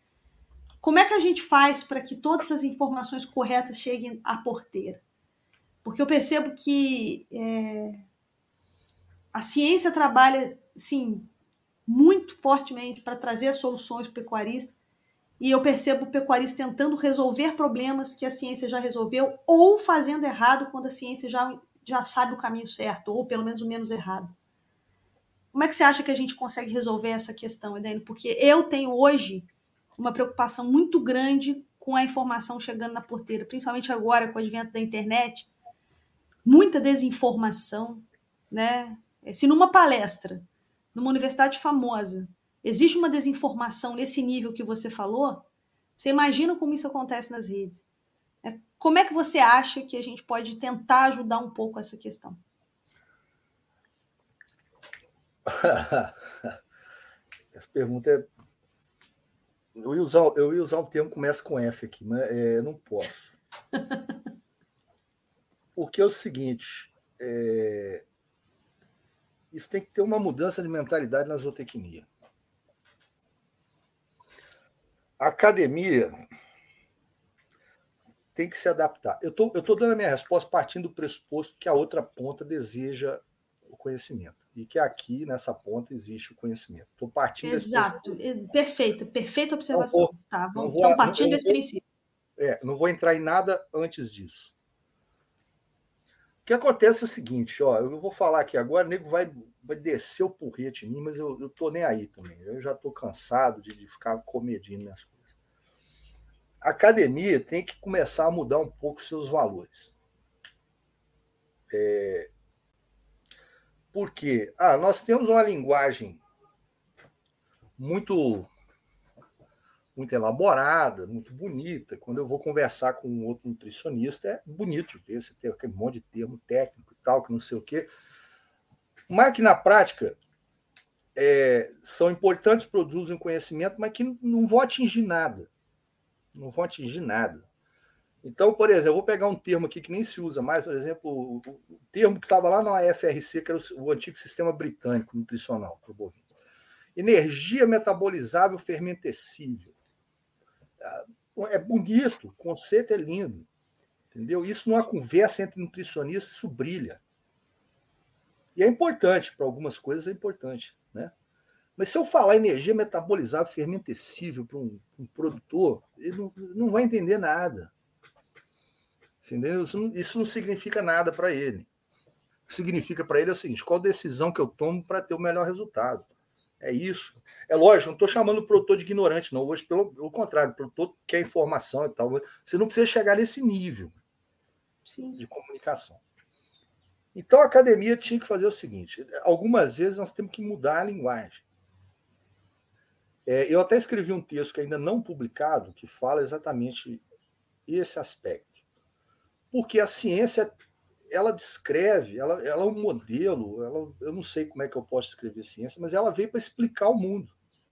Como é que a gente faz para que todas essas informações corretas cheguem à porteira? Porque eu percebo que é, a ciência trabalha, sim, muito fortemente para trazer as soluções para o pecuarista, e eu percebo o pecuarista tentando resolver problemas que a ciência já resolveu ou fazendo errado quando a ciência já, já sabe o caminho certo, ou pelo menos o menos errado. Como é que você acha que a gente consegue resolver essa questão, Edênio? Porque eu tenho hoje uma preocupação muito grande com a informação chegando na porteira, principalmente agora com o advento da internet, muita desinformação, né? Se numa palestra, numa universidade famosa, existe uma desinformação nesse nível que você falou, você imagina como isso acontece nas redes. Como é que você acha que a gente pode tentar ajudar um pouco essa questão? Essa pergunta é... Eu ia usar, eu ia usar um termo que começa com F aqui, mas é, não posso. Porque é o seguinte, é... isso tem que ter uma mudança de mentalidade na zootecnia. A academia tem que se adaptar. Eu tô, estou dando a minha resposta partindo do pressuposto que a outra ponta deseja o conhecimento. E que aqui, nessa ponta, existe o conhecimento. Estou partindo desse Exato. pressuposto. Perfeita, perfeita Não observação. vou, Tá? não Vamos, vou, então, não, partindo eu desse vou, princípio. é, não vou entrar em nada antes disso. O que acontece é o seguinte, ó, eu vou falar aqui agora, o nego vai, vai descer o porrete em mim, mas eu, eu tô nem aí também. Eu já tô cansado de, de ficar comedindo minhas coisas. A academia tem que começar a mudar um pouco seus valores. É, por quê? Ah, nós temos uma linguagem muito, muito elaborada, muito bonita. Quando eu vou conversar com um outro nutricionista, é bonito ver, você tem aquele monte de termo técnico e tal, que não sei o quê. Mas que na prática é, são importantes, produzem conhecimento, mas que não vão atingir nada. Não vão atingir nada. Então, por exemplo, eu vou pegar um termo aqui que nem se usa mais, por exemplo, o, o termo que estava lá na F R C, que era o, o antigo sistema britânico nutricional para o bovino. Energia metabolizável fermentescível. É bonito, o conceito é lindo. Entendeu? Isso numa conversa entre nutricionistas, isso brilha. E é importante, para algumas coisas é importante, né? Mas se eu falar energia metabolizável fermentescível para um, um produtor, ele não, não vai entender nada. Entendeu? Isso não, isso não significa nada para ele. O que significa para ele é o seguinte: qual decisão que eu tomo para ter o melhor resultado? É isso. É lógico, não estou chamando o produtor de ignorante, não. Hoje, pelo, pelo contrário, o produtor quer informação e tal. Você não precisa chegar nesse nível Sim. de comunicação. Então a academia tinha que fazer o seguinte: algumas vezes nós temos que mudar a linguagem. É, eu até escrevi um texto que ainda não publicado que fala exatamente esse aspecto. Porque a ciência, ela descreve, ela, ela é um modelo, ela, eu não sei como é que eu posso escrever ciência, mas ela veio para explicar o mundo.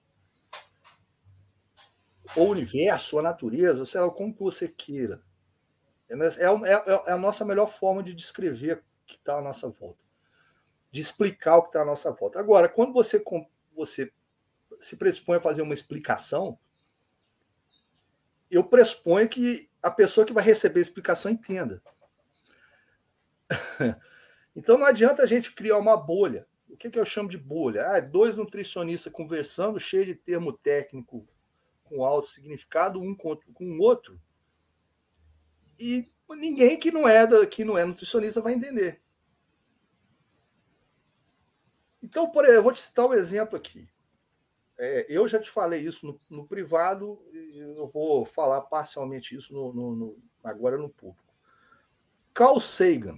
O universo, a natureza, sei lá, como que você queira. É, é, é a nossa melhor forma de descrever o que está à nossa volta. De explicar o que está à nossa volta. Agora, quando você, você se predispõe a fazer uma explicação, eu pressuponho que a pessoa que vai receber a explicação entenda. Então não adianta a gente criar uma bolha. O que, que eu chamo de bolha? Ah, dois nutricionistas conversando, cheio de termo técnico com alto significado, um com o outro, e ninguém que não é da, que não é nutricionista vai entender. Então, por exemplo, eu vou te citar um exemplo aqui. É, eu já te falei isso no, no privado, e eu vou falar parcialmente isso no, no, no, agora no público. Carl Sagan.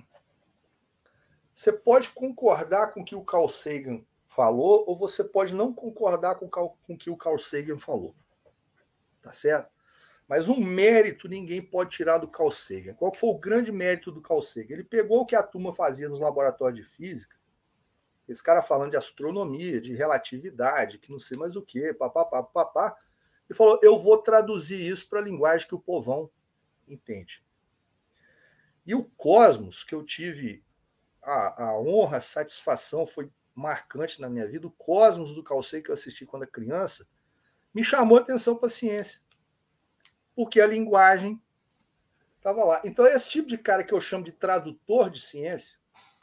Você pode concordar com o que o Carl Sagan falou, ou você pode não concordar com, com o que o Carl Sagan falou. Tá certo? Mas um mérito ninguém pode tirar do Carl Sagan. Qual foi o grande mérito do Carl Sagan? Ele pegou o que a turma fazia nos laboratórios de física, esse cara falando de astronomia, de relatividade, que não sei mais o quê, papapá, papapá, e falou, eu vou traduzir isso para a linguagem que o povão entende. E o cosmos, que eu tive a, a honra, a satisfação, foi marcante na minha vida, o cosmos do Carl Sagan que eu assisti quando era criança, me chamou a atenção para a ciência. Porque a linguagem estava lá. Então, esse tipo de cara que eu chamo de tradutor de ciência,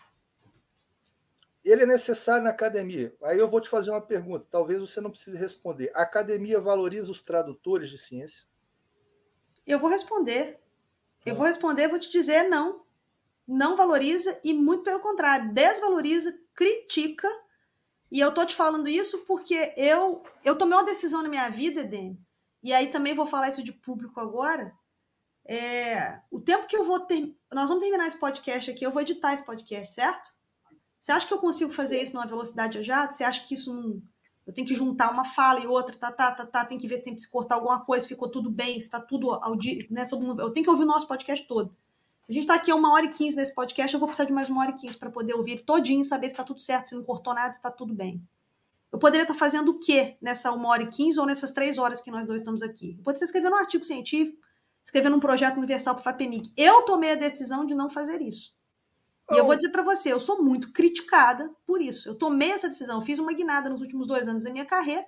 ele é necessário na academia. Aí eu vou te fazer uma pergunta, talvez você não precise responder. A academia valoriza os tradutores de ciência? Eu vou responder. Eu vou responder, vou te dizer não. Não valoriza e, muito pelo contrário, desvaloriza, critica. E eu tô te falando isso porque eu, eu tomei uma decisão na minha vida, Dani, e aí também vou falar isso de público agora. É, o tempo que eu vou ter. Nós vamos terminar esse podcast aqui, eu vou editar esse podcast, certo? Você acha que eu consigo fazer isso numa velocidade a jato? Você acha que isso não. Eu tenho que juntar uma fala e outra, tá, tá, tá, tá, tem que ver se tem que se cortar alguma coisa, ficou tudo bem, se tá tudo audível, né? Todo mundo... Eu tenho que ouvir o nosso podcast todo. Se a gente tá aqui a uma hora e quinze nesse podcast, eu vou precisar de mais uma hora e quinze para poder ouvir todinho, saber se tá tudo certo, se não cortou nada, se tá tudo bem. Eu poderia estar fazendo o quê nessa uma hora e quinze ou nessas três horas que nós dois estamos aqui? Eu poderia estar escrevendo um artigo científico, escrevendo um projeto universal para o FAPEMIG. Eu tomei a decisão de não fazer isso. E eu vou dizer para você, eu sou muito criticada por isso. Eu tomei essa decisão, eu fiz uma guinada nos últimos dois anos da minha carreira,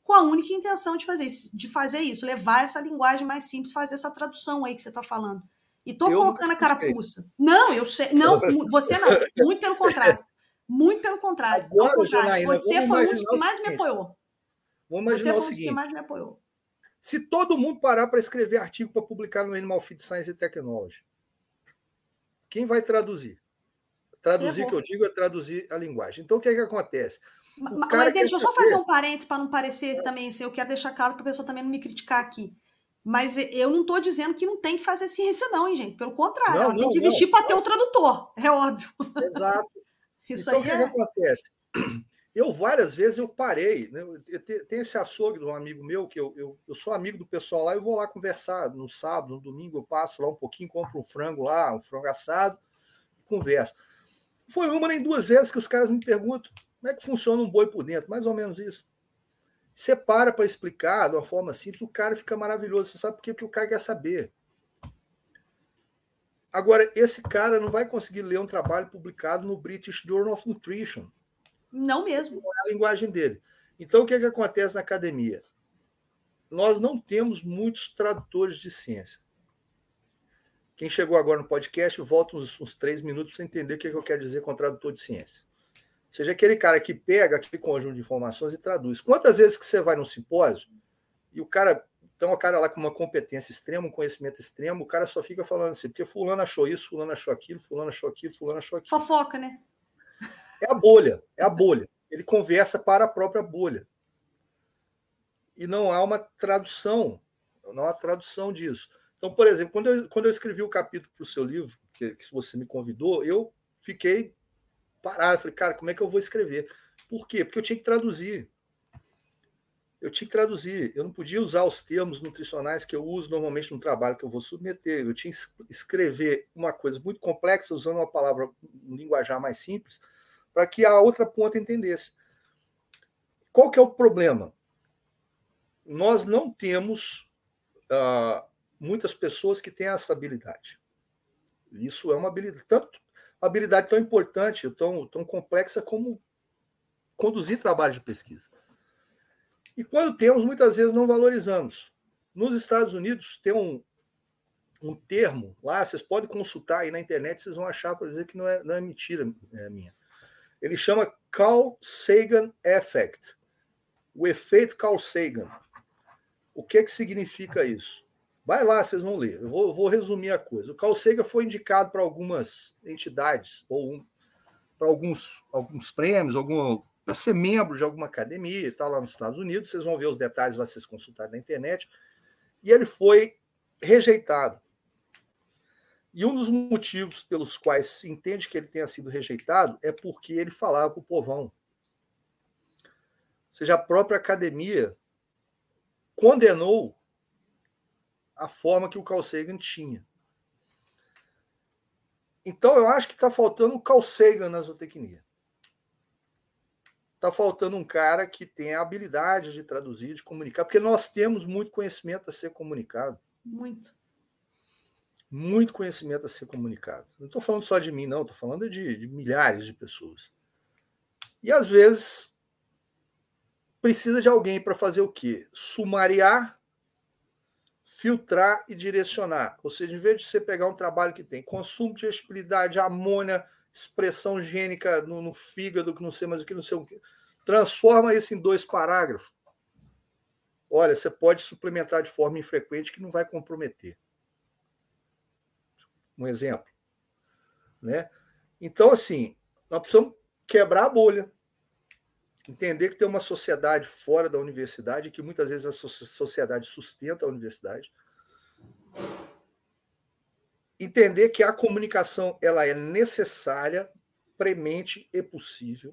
com a única intenção de fazer isso, de fazer isso, levar essa linguagem mais simples, fazer essa tradução aí que você está falando. E tô eu colocando a carapuça. Não, eu sei. Não, você não. Muito pelo contrário. Muito pelo contrário. Agora, Ao contrário, Janaína, você foi um dos que mais me apoiou. Vamos imaginar você foi o um seguinte. dos que mais me apoiou. Se todo mundo parar para escrever artigo para publicar no Animal Feed Science and Technology, quem vai traduzir? Traduzir, o que eu digo, é traduzir a linguagem. Então, o que é que acontece? O mas, mas deixa eu só fazer um parênteses para não parecer também, assim, eu quero deixar claro para a pessoa também não me criticar aqui. Mas eu não estou dizendo que não tem que fazer ciência, não, hein, gente? Pelo contrário, não, ela não, tem que existir para ter o tradutor, é óbvio. Exato. Isso então, aí o que, é... que acontece? Eu, várias vezes, eu parei. Né? Tem esse açougue de um amigo meu, que eu, eu, eu sou amigo do pessoal lá, eu vou lá conversar no sábado, no domingo, eu passo lá um pouquinho, compro um frango lá, um frango assado, e converso. Foi uma nem duas vezes que os caras me perguntam como é que funciona um boi por dentro, mais ou menos isso. Você para para explicar de uma forma simples, o cara fica maravilhoso. Você sabe por quê? Porque o cara quer saber. Agora, esse cara não vai conseguir ler um trabalho publicado no British Journal of Nutrition. Não mesmo. Não é a linguagem dele. Então, o que, é que acontece na academia? Nós não temos muitos tradutores de ciência. Quem chegou agora no podcast, volta uns, uns três minutos para entender o que, é que eu quero dizer com tradutor de ciência. Ou seja, aquele cara que pega aquele conjunto de informações e traduz. Quantas vezes que você vai num simpósio e o cara, então o cara lá com uma competência extrema, um conhecimento extremo, o cara só fica falando assim, porque fulano achou isso, fulano achou aquilo, fulano achou aquilo, fulano achou aquilo. Fofoca, né? É a bolha, é a bolha. Ele conversa para a própria bolha. E não há uma tradução, não há tradução disso. Então, por exemplo, quando eu, quando eu escrevi o capítulo para o seu livro, que, que você me convidou, eu fiquei parado. Falei, cara, como é que eu vou escrever? Por quê? Porque eu tinha que traduzir. Eu tinha que traduzir. Eu não podia usar os termos nutricionais que eu uso normalmente no trabalho que eu vou submeter. Eu tinha que escrever uma coisa muito complexa, usando uma palavra, um linguajar mais simples, para que a outra ponta entendesse. Qual que é o problema? Nós não temos uh, muitas pessoas que têm essa habilidade. Isso é uma habilidade, tanto habilidade tão importante, tão, tão complexa como conduzir trabalho de pesquisa. E quando temos, muitas vezes não valorizamos. Nos Estados Unidos tem um, um termo lá, vocês podem consultar aí na internet, vocês vão achar para dizer que não é, não é mentira é minha. Ele chama Carl Sagan Effect, o efeito Carl Sagan. O que, que significa isso? Vai lá, vocês vão ler. Eu vou, vou resumir a coisa. O Carl Sagan foi indicado para algumas entidades, ou um, para alguns, alguns prêmios, algum, para ser membro de alguma academia, está lá nos Estados Unidos. Vocês vão ver os detalhes lá, vocês consultarem na internet. E ele foi rejeitado. E um dos motivos pelos quais se entende que ele tenha sido rejeitado é porque ele falava para o povão. Ou seja, a própria academia condenou a forma que o Carl Sagan tinha. Então, eu acho que está faltando um Carl Sagan na zootecnia. Está faltando um cara que tenha a habilidade de traduzir, de comunicar, porque nós temos muito conhecimento a ser comunicado. Muito. Muito conhecimento a ser comunicado. Não estou falando só de mim, não. Estou falando de, de milhares de pessoas. E, às vezes, precisa de alguém para fazer o quê? Sumariar, filtrar e direcionar. Ou seja, em vez de você pegar um trabalho que tem consumo de digestibilidade, amônia, expressão gênica no, no fígado, que não sei mais o que, não sei o que, transforma isso em dois parágrafos. Olha, você pode suplementar de forma infrequente que não vai comprometer. Um exemplo. Né? Então, assim, nós precisamos quebrar a bolha. Entender que tem uma sociedade fora da universidade, que muitas vezes a sociedade sustenta a universidade. Entender que a comunicação ela é necessária, premente e possível.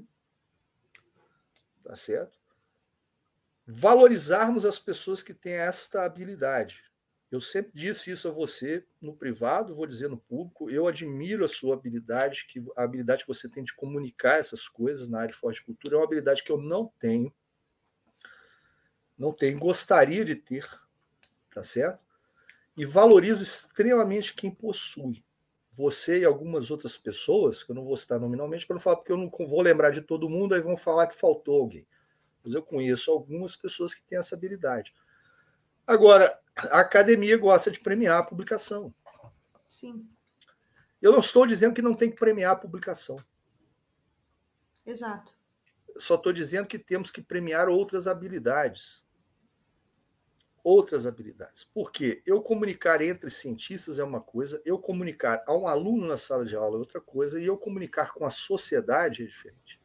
Tá certo? Valorizarmos as pessoas que têm esta habilidade. Eu sempre disse isso a você no privado, vou dizer no público. Eu admiro a sua habilidade, que a habilidade que você tem de comunicar essas coisas na área de horticultura é uma habilidade que eu não tenho. Não tenho, gostaria de ter, tá certo? E valorizo extremamente quem possui. Você e algumas outras pessoas, que eu não vou citar nominalmente, para não falar, porque eu não vou lembrar de todo mundo, aí vão falar que faltou alguém. mas eu conheço algumas pessoas que têm essa habilidade. Agora, a academia gosta de premiar a publicação. Sim. Eu não estou dizendo que não tem que premiar a publicação. Exato. Só estou dizendo que temos que premiar outras habilidades. Outras habilidades. Por quê? Eu comunicar entre cientistas é uma coisa, eu comunicar a um aluno na sala de aula é outra coisa, e eu comunicar com a sociedade é diferente.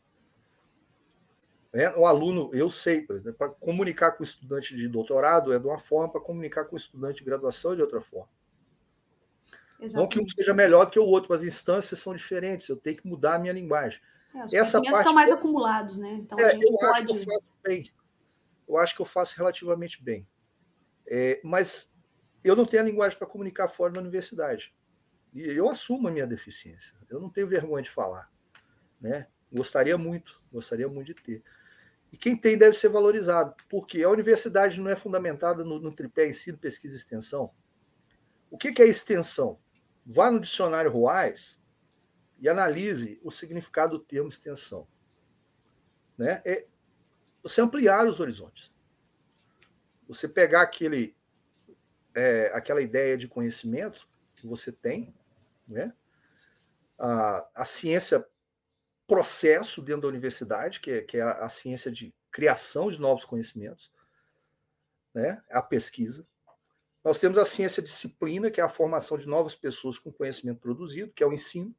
É, o aluno, eu sei, por exemplo, para comunicar com o estudante de doutorado é de uma forma, para comunicar com o estudante de graduação é de outra forma. Exatamente. Não que um seja melhor do que o outro, mas as instâncias são diferentes, eu tenho que mudar a minha linguagem. É, os Essa conhecimentos parte estão mais eu, acumulados, né? Então, é, a gente eu pode... acho que eu faço bem. Eu acho que eu faço relativamente bem. É, mas eu não tenho a linguagem para comunicar fora da universidade. E eu assumo a minha deficiência. Eu não tenho vergonha de falar. Né? Gostaria muito, gostaria muito de ter. E quem tem deve ser valorizado, porque a universidade não é fundamentada no, no tripé ensino, pesquisa e extensão. O que, que é extensão? Vá no dicionário Ruais e analise o significado do termo extensão. Né? É você ampliar os horizontes. Você pegar aquele, é, aquela ideia de conhecimento que você tem, né? a, a ciência processo dentro da universidade, que é, que é a, a ciência de criação de novos conhecimentos, né? A pesquisa. Nós temos a ciência disciplina, que é a formação de novas pessoas com conhecimento produzido, que é o ensino.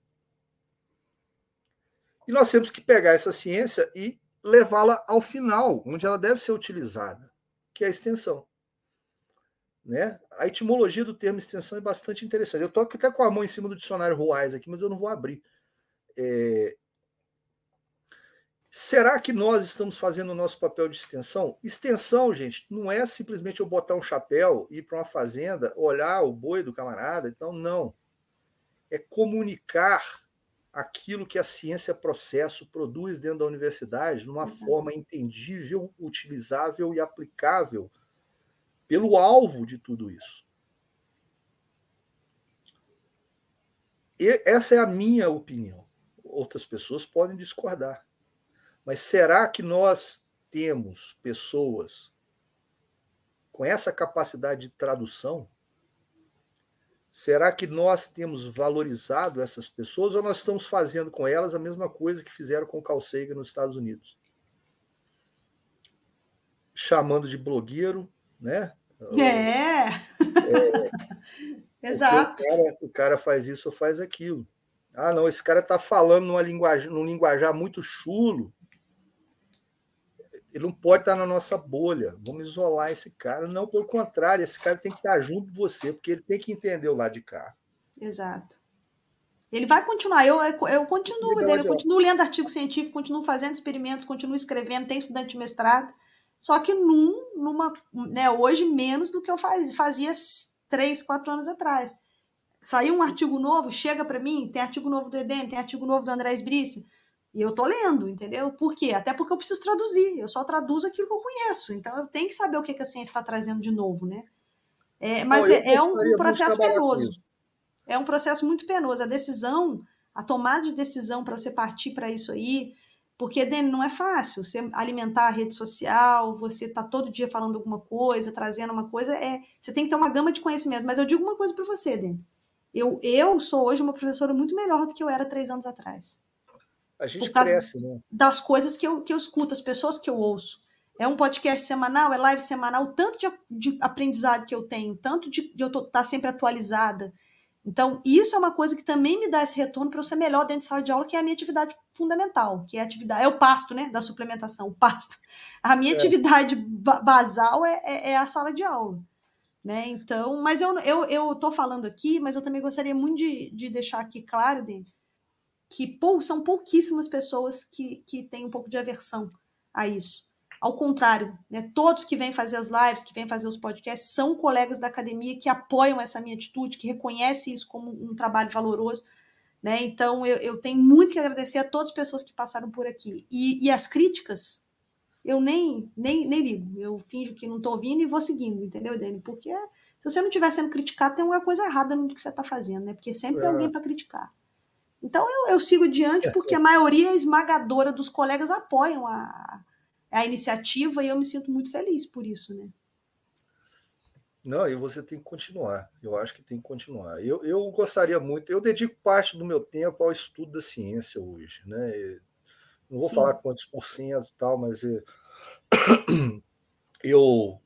E nós temos que pegar essa ciência e levá-la ao final, onde ela deve ser utilizada, que é a extensão. Né? A etimologia do termo extensão é bastante interessante. Eu estou até com a mão em cima do dicionário Ruais aqui, mas eu não vou abrir. É... Será que nós estamos fazendo o nosso papel de extensão? Extensão, gente, não é simplesmente eu botar um chapéu, ir para uma fazenda, olhar o boi do camarada. Então, não. É comunicar aquilo que a ciência processo produz dentro da universidade de uma Exato. Forma entendível, utilizável e aplicável pelo alvo de tudo isso. E essa é a minha opinião. Outras pessoas podem discordar. Mas será que nós temos pessoas com essa capacidade de tradução? Será que nós temos valorizado essas pessoas ou nós estamos fazendo com elas a mesma coisa que fizeram com o Carl Sagan nos Estados Unidos? Chamando de blogueiro, né? É! é... Exato. O cara, o cara faz isso ou faz aquilo. Ah, não, esse cara está falando numa linguagem, num linguajar muito chulo. Ele não pode estar na nossa bolha. Vamos isolar esse cara. Não, pelo contrário, esse cara tem que estar junto de você, porque ele tem que entender o lado de cá. Exato. Ele vai continuar. Eu, eu continuo, dele, eu continuo lendo artigo científico, continuo fazendo experimentos, continuo escrevendo, tenho estudante de mestrado. Só que num, numa, né, hoje menos do que eu fazia, fazia três, quatro anos atrás. Saiu um artigo novo, chega para mim, tem artigo novo do Edem, tem artigo novo do André Esbrice, e eu tô lendo, entendeu? Por quê? Até porque eu preciso traduzir, eu só traduzo aquilo que eu conheço, então eu tenho que saber o que, que a ciência está trazendo de novo, né? É, mas Bom, é, é um, um processo penoso. É um processo muito penoso. A decisão, a tomada de decisão para você partir para isso aí, porque, Dani, não é fácil. Você alimentar a rede social, você tá todo dia falando alguma coisa, trazendo uma coisa, é, você tem que ter uma gama de conhecimento. Mas eu digo uma coisa para você, Dani. Eu, eu sou hoje uma professora muito melhor do que eu era três anos atrás. A gente cresce, né? Das coisas que eu, que eu escuto, as pessoas que eu ouço. É um podcast semanal, é live semanal, o tanto de, de aprendizado que eu tenho, tanto de, de eu estar tá sempre atualizada. Então, isso é uma coisa que também me dá esse retorno para eu ser melhor dentro de sala de aula, que é a minha atividade fundamental, que é a atividade, é o pasto, né, da suplementação, o pasto. A minha é. atividade basal é, é, é a sala de aula. Né? Então, mas eu, eu, eu tô falando aqui, mas eu também gostaria muito de, de deixar aqui claro, Dê, que pou, são pouquíssimas pessoas que, que têm um pouco de aversão a isso. Ao contrário, né, todos que vêm fazer as lives, que vêm fazer os podcasts, são colegas da academia que apoiam essa minha atitude, que reconhecem isso como um trabalho valoroso. Né? Então, eu, eu tenho muito que agradecer a todas as pessoas que passaram por aqui. E, e as críticas, eu nem, nem, nem ligo. Eu finjo que não estou ouvindo e vou seguindo, entendeu, Dani? Porque se você não estiver sendo criticado, tem alguma coisa errada no que você está fazendo, né? Porque sempre é. tem alguém para criticar. Então, eu, eu sigo adiante porque a maioria esmagadora dos colegas apoiam a, a iniciativa, e eu me sinto muito feliz por isso, né? Não, e você tem que continuar. Eu acho que tem que continuar. Eu, eu gostaria muito, eu dedico parte do meu tempo ao estudo da ciência hoje, né? Não vou falar Sim. quantos por cento e tal, mas eu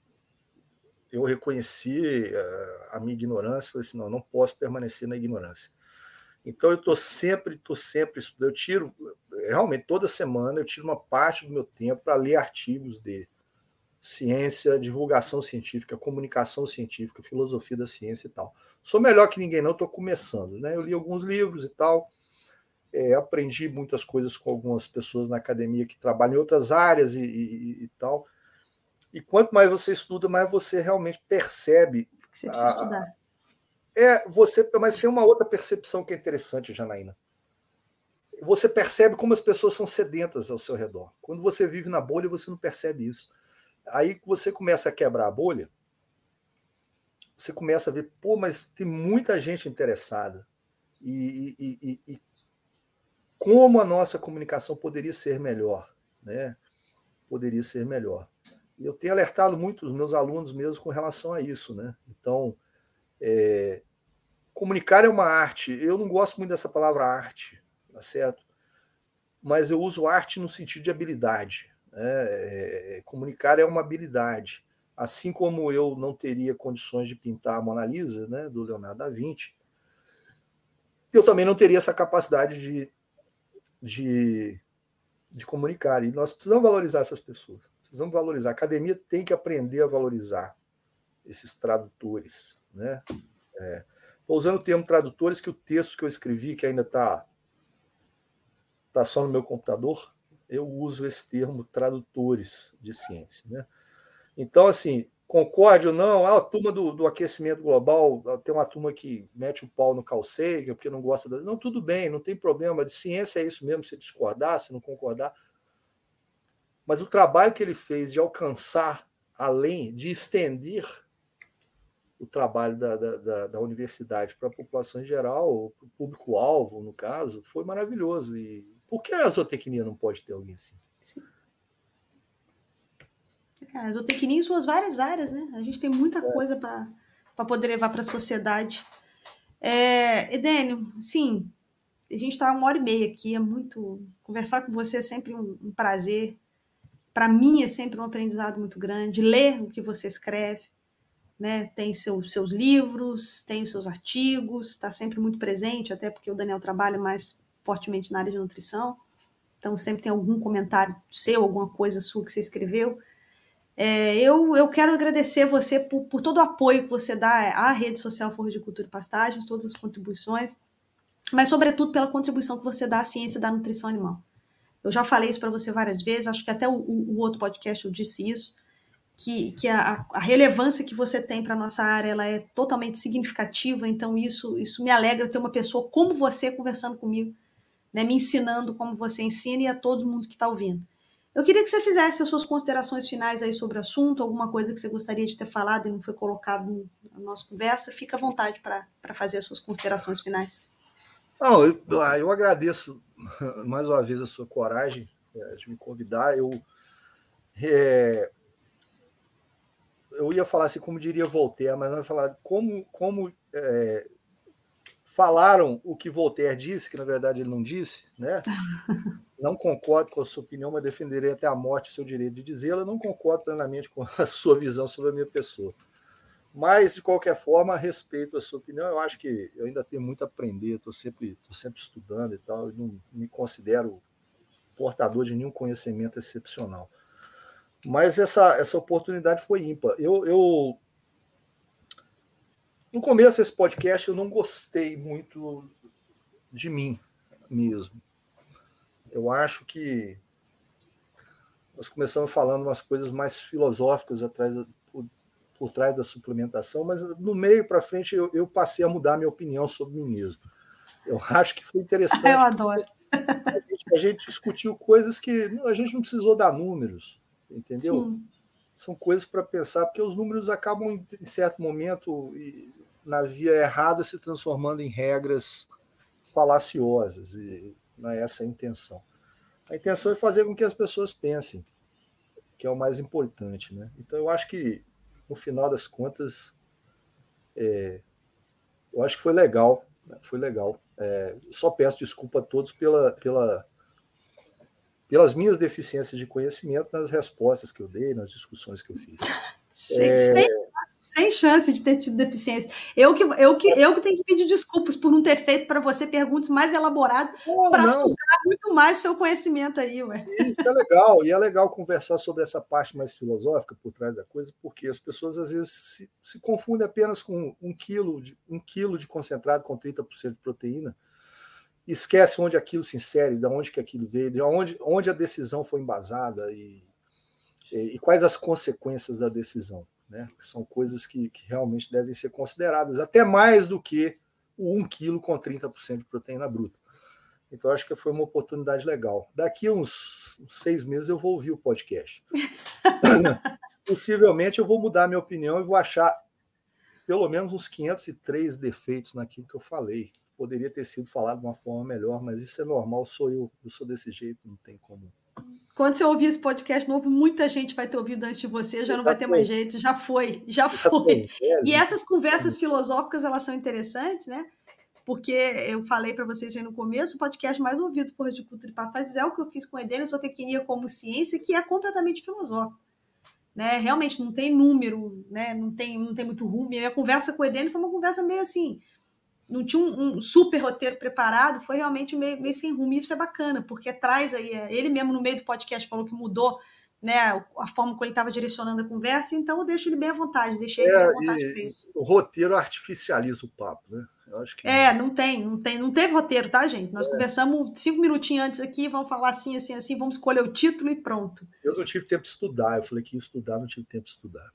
eu reconheci a minha ignorância, falei assim, não, não posso permanecer na ignorância. Então eu estou sempre, estou sempre estudando. Eu tiro, realmente, toda semana eu tiro uma parte do meu tempo para ler artigos de ciência, divulgação científica, comunicação científica, filosofia da ciência e tal. Sou melhor que ninguém não, estou começando, né? Eu li alguns livros e tal, é, aprendi muitas coisas com algumas pessoas na academia que trabalham em outras áreas e, e, e tal. E quanto mais você estuda, mais você realmente percebe. Que você precisa A, estudar. é, você, mas tem uma outra percepção que é interessante, Janaína. Você percebe como as pessoas são sedentas ao seu redor. Quando você vive na bolha, você não percebe isso. Aí você começa a quebrar a bolha, você começa a ver, pô, mas tem muita gente interessada. E, e, e, e como a nossa comunicação poderia ser melhor, né? Poderia ser melhor. E eu tenho alertado muito os meus alunos mesmo com relação a isso, né? Então, é, comunicar é uma arte. Eu não gosto muito dessa palavra arte, tá certo? Mas eu uso arte no sentido de habilidade. Né? É, comunicar é uma habilidade. Assim como eu não teria condições de pintar a Mona Lisa, né, do Leonardo da Vinci, eu também não teria essa capacidade de, de, de comunicar. E nós precisamos valorizar essas pessoas. Precisamos valorizar. A academia tem que aprender a valorizar esses tradutores. Né? É, estou usando o termo tradutores, que o texto que eu escrevi, que ainda está tá só no meu computador, eu uso esse termo tradutores de ciência. Né? Então, assim, concorde ou não, ah, a turma do, do aquecimento global, tem uma turma que mete o pau no Carl Sagan porque não gosta da... Não, tudo bem, não tem problema, de ciência é isso mesmo, se discordar, se não concordar. Mas o trabalho que ele fez de alcançar, além de estender o trabalho da, da, da, da universidade para a população em geral, para o público-alvo, no caso, foi maravilhoso. E por que a zootecnia não pode ter alguém assim? Sim. É, a zootecnia em suas várias áreas, né? A gente tem muita coisa para poder levar para a sociedade. É, Edênio, sim, a gente está uma hora e meia aqui, é muito... Conversar com você é sempre um, um prazer. Para mim é sempre um aprendizado muito grande. Ler o que você escreve, né? Tem seu, seus livros, tem os seus artigos, está sempre muito presente, até porque o Daniel trabalha mais fortemente na área de nutrição. Então sempre tem algum comentário seu, alguma coisa sua que você escreveu. É, eu, eu quero agradecer você por, por todo o apoio que você dá à rede social Floricultura e Pastagens, todas as contribuições, mas sobretudo pela contribuição que você dá à ciência da nutrição animal. Eu já falei isso para você várias vezes, acho que até o, o, o outro podcast eu disse isso, que, que a, a relevância que você tem para a nossa área ela é totalmente significativa, então isso, isso me alegra ter uma pessoa como você conversando comigo, né, me ensinando como você ensina e a todo mundo que está ouvindo. Eu queria que você fizesse as suas considerações finais aí sobre o assunto, alguma coisa que você gostaria de ter falado e não foi colocado na nossa conversa, fica à vontade para fazer as suas considerações finais. Não, eu, eu agradeço mais uma vez a sua coragem de me convidar. Eu, é, eu ia falar assim, como diria Voltaire, mas não ia falar como, como é, falaram o que Voltaire disse, que na verdade ele não disse, né? Não concordo com a sua opinião, mas defenderei até a morte o seu direito de dizê-la. Não concordo plenamente com a sua visão sobre a minha pessoa. Mas, de qualquer forma, respeito a sua opinião. Eu acho que eu ainda tenho muito a aprender, estou sempre, tô sempre estudando e tal. Eu não me considero portador de nenhum conhecimento excepcional. Mas essa, essa oportunidade foi ímpar. Eu, eu, no começo desse podcast, eu não gostei muito de mim mesmo. Eu acho que nós começamos falando umas coisas mais filosóficas atrás, por, por trás da suplementação, mas no meio para frente eu, eu passei a mudar minha opinião sobre mim mesmo. Eu acho que foi interessante. Eu adoro. A gente, a gente discutiu coisas que a gente não precisou dar números, entendeu? Sim. São coisas para pensar, porque os números acabam, em certo momento, na via errada, se transformando em regras falaciosas, e não é essa a intenção. A intenção é fazer com que as pessoas pensem. que é o mais importante, né? Então, eu acho que, no final das contas, é, eu acho que foi legal, né? Foi legal. É, só peço desculpa a todos pela, pela, pelas minhas deficiências de conhecimento nas respostas que eu dei, nas discussões que eu fiz. Sem, é... sem, sem chance de ter tido deficiência. Eu que, eu, que, eu que tenho que pedir desculpas por não ter feito para você perguntas mais elaboradas para sugar muito mais o seu conhecimento aí, ué. Isso é legal, e é legal conversar sobre essa parte mais filosófica por trás da coisa, porque as pessoas às vezes se, se confundem apenas com um quilo, de, um quilo de concentrado com trinta por cento de proteína, e esquece onde aquilo se insere, de onde que aquilo veio, de onde, onde a decisão foi embasada e, e, e quais as consequências da decisão. Né? São coisas que, que realmente devem ser consideradas, até mais do que o um quilo com trinta por cento de proteína bruta. Então, acho que foi uma oportunidade legal. Daqui a uns, uns seis meses eu vou ouvir o podcast. Possivelmente eu vou mudar a minha opinião e vou achar pelo menos uns quinhentos e três defeitos naquilo que eu falei. Poderia ter sido falado de uma forma melhor, mas isso é normal, sou eu. Eu sou desse jeito, não tem como. Quando você ouvir esse podcast novo, muita gente vai ter ouvido antes de você, já não vai ter mais jeito, já foi, já foi. E essas conversas filosóficas, elas são interessantes, né? Porque eu falei para vocês aí no começo, o podcast mais ouvido por de cultura e pastagens é o que eu fiz com o Edênio, Zootecnia como Ciência, que é completamente filosófico. Né? Realmente não tem número, né? não, tem, não tem muito rumo. E a conversa com o Edênio foi uma conversa meio assim, não tinha um, um super roteiro preparado, foi realmente meio, meio sem rumo. E isso é bacana, porque traz aí, ele mesmo no meio do podcast falou que mudou, né, a forma como ele estava direcionando a conversa, então eu deixo ele bem à vontade, deixei ele é, bem à vontade para isso. O roteiro artificializa o papo, né? Eu acho que é, não tem, não tem, não teve roteiro, tá, gente? Nós é. conversamos cinco minutinhos antes aqui, vamos falar assim, assim, assim, vamos escolher o título e pronto. Eu não tive tempo de estudar, eu falei que ia estudar, não tive tempo de estudar.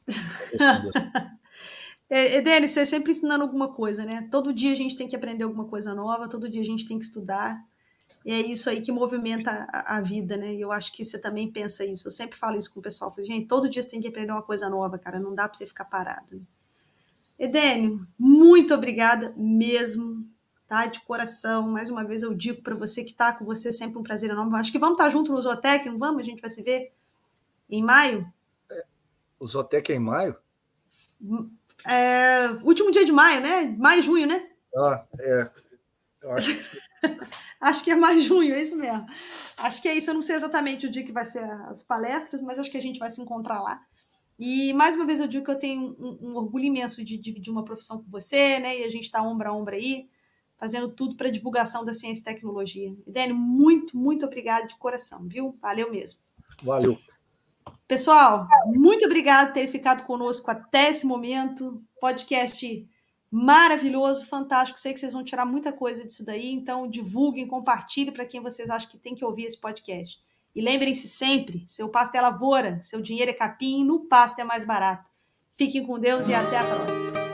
Edênio, você sempre ensinando alguma coisa, né? Todo dia a gente tem que aprender alguma coisa nova, todo dia a gente tem que estudar. E é isso aí que movimenta a, a vida, né? E eu acho que você também pensa isso. Eu sempre falo isso com o pessoal. Eu falo, gente, todo dia você tem que aprender uma coisa nova, cara. Não dá para você ficar parado. Né? Edênio, muito obrigada mesmo, tá? De coração. Mais uma vez eu digo para você que tá com você, sempre um prazer enorme. Acho que vamos estar junto no Zootec, não vamos? A gente vai se ver em maio? É, o Zootec é em maio? É, último dia de maio, né? Maio, junho, né? Ah, é. Eu acho que sim. Acho que é mais junho, é isso mesmo. Acho que é isso. Eu não sei exatamente o dia que vai ser as palestras, mas acho que a gente vai se encontrar lá. E mais uma vez eu digo que eu tenho um, um orgulho imenso de dividir uma profissão com você, né? E a gente está ombro a ombro aí, fazendo tudo para a divulgação da ciência e tecnologia. Edênio, muito, muito obrigado de coração, viu? Valeu mesmo. Valeu. Pessoal, muito obrigado por ter ficado conosco até esse momento. Podcast maravilhoso, fantástico. Sei que vocês vão tirar muita coisa disso daí, então divulguem, compartilhem para quem vocês acham que tem que ouvir esse podcast. E lembrem-se sempre, seu pasto é lavoura, seu dinheiro é capim, no pasto é mais barato. Fiquem com Deus e até a próxima.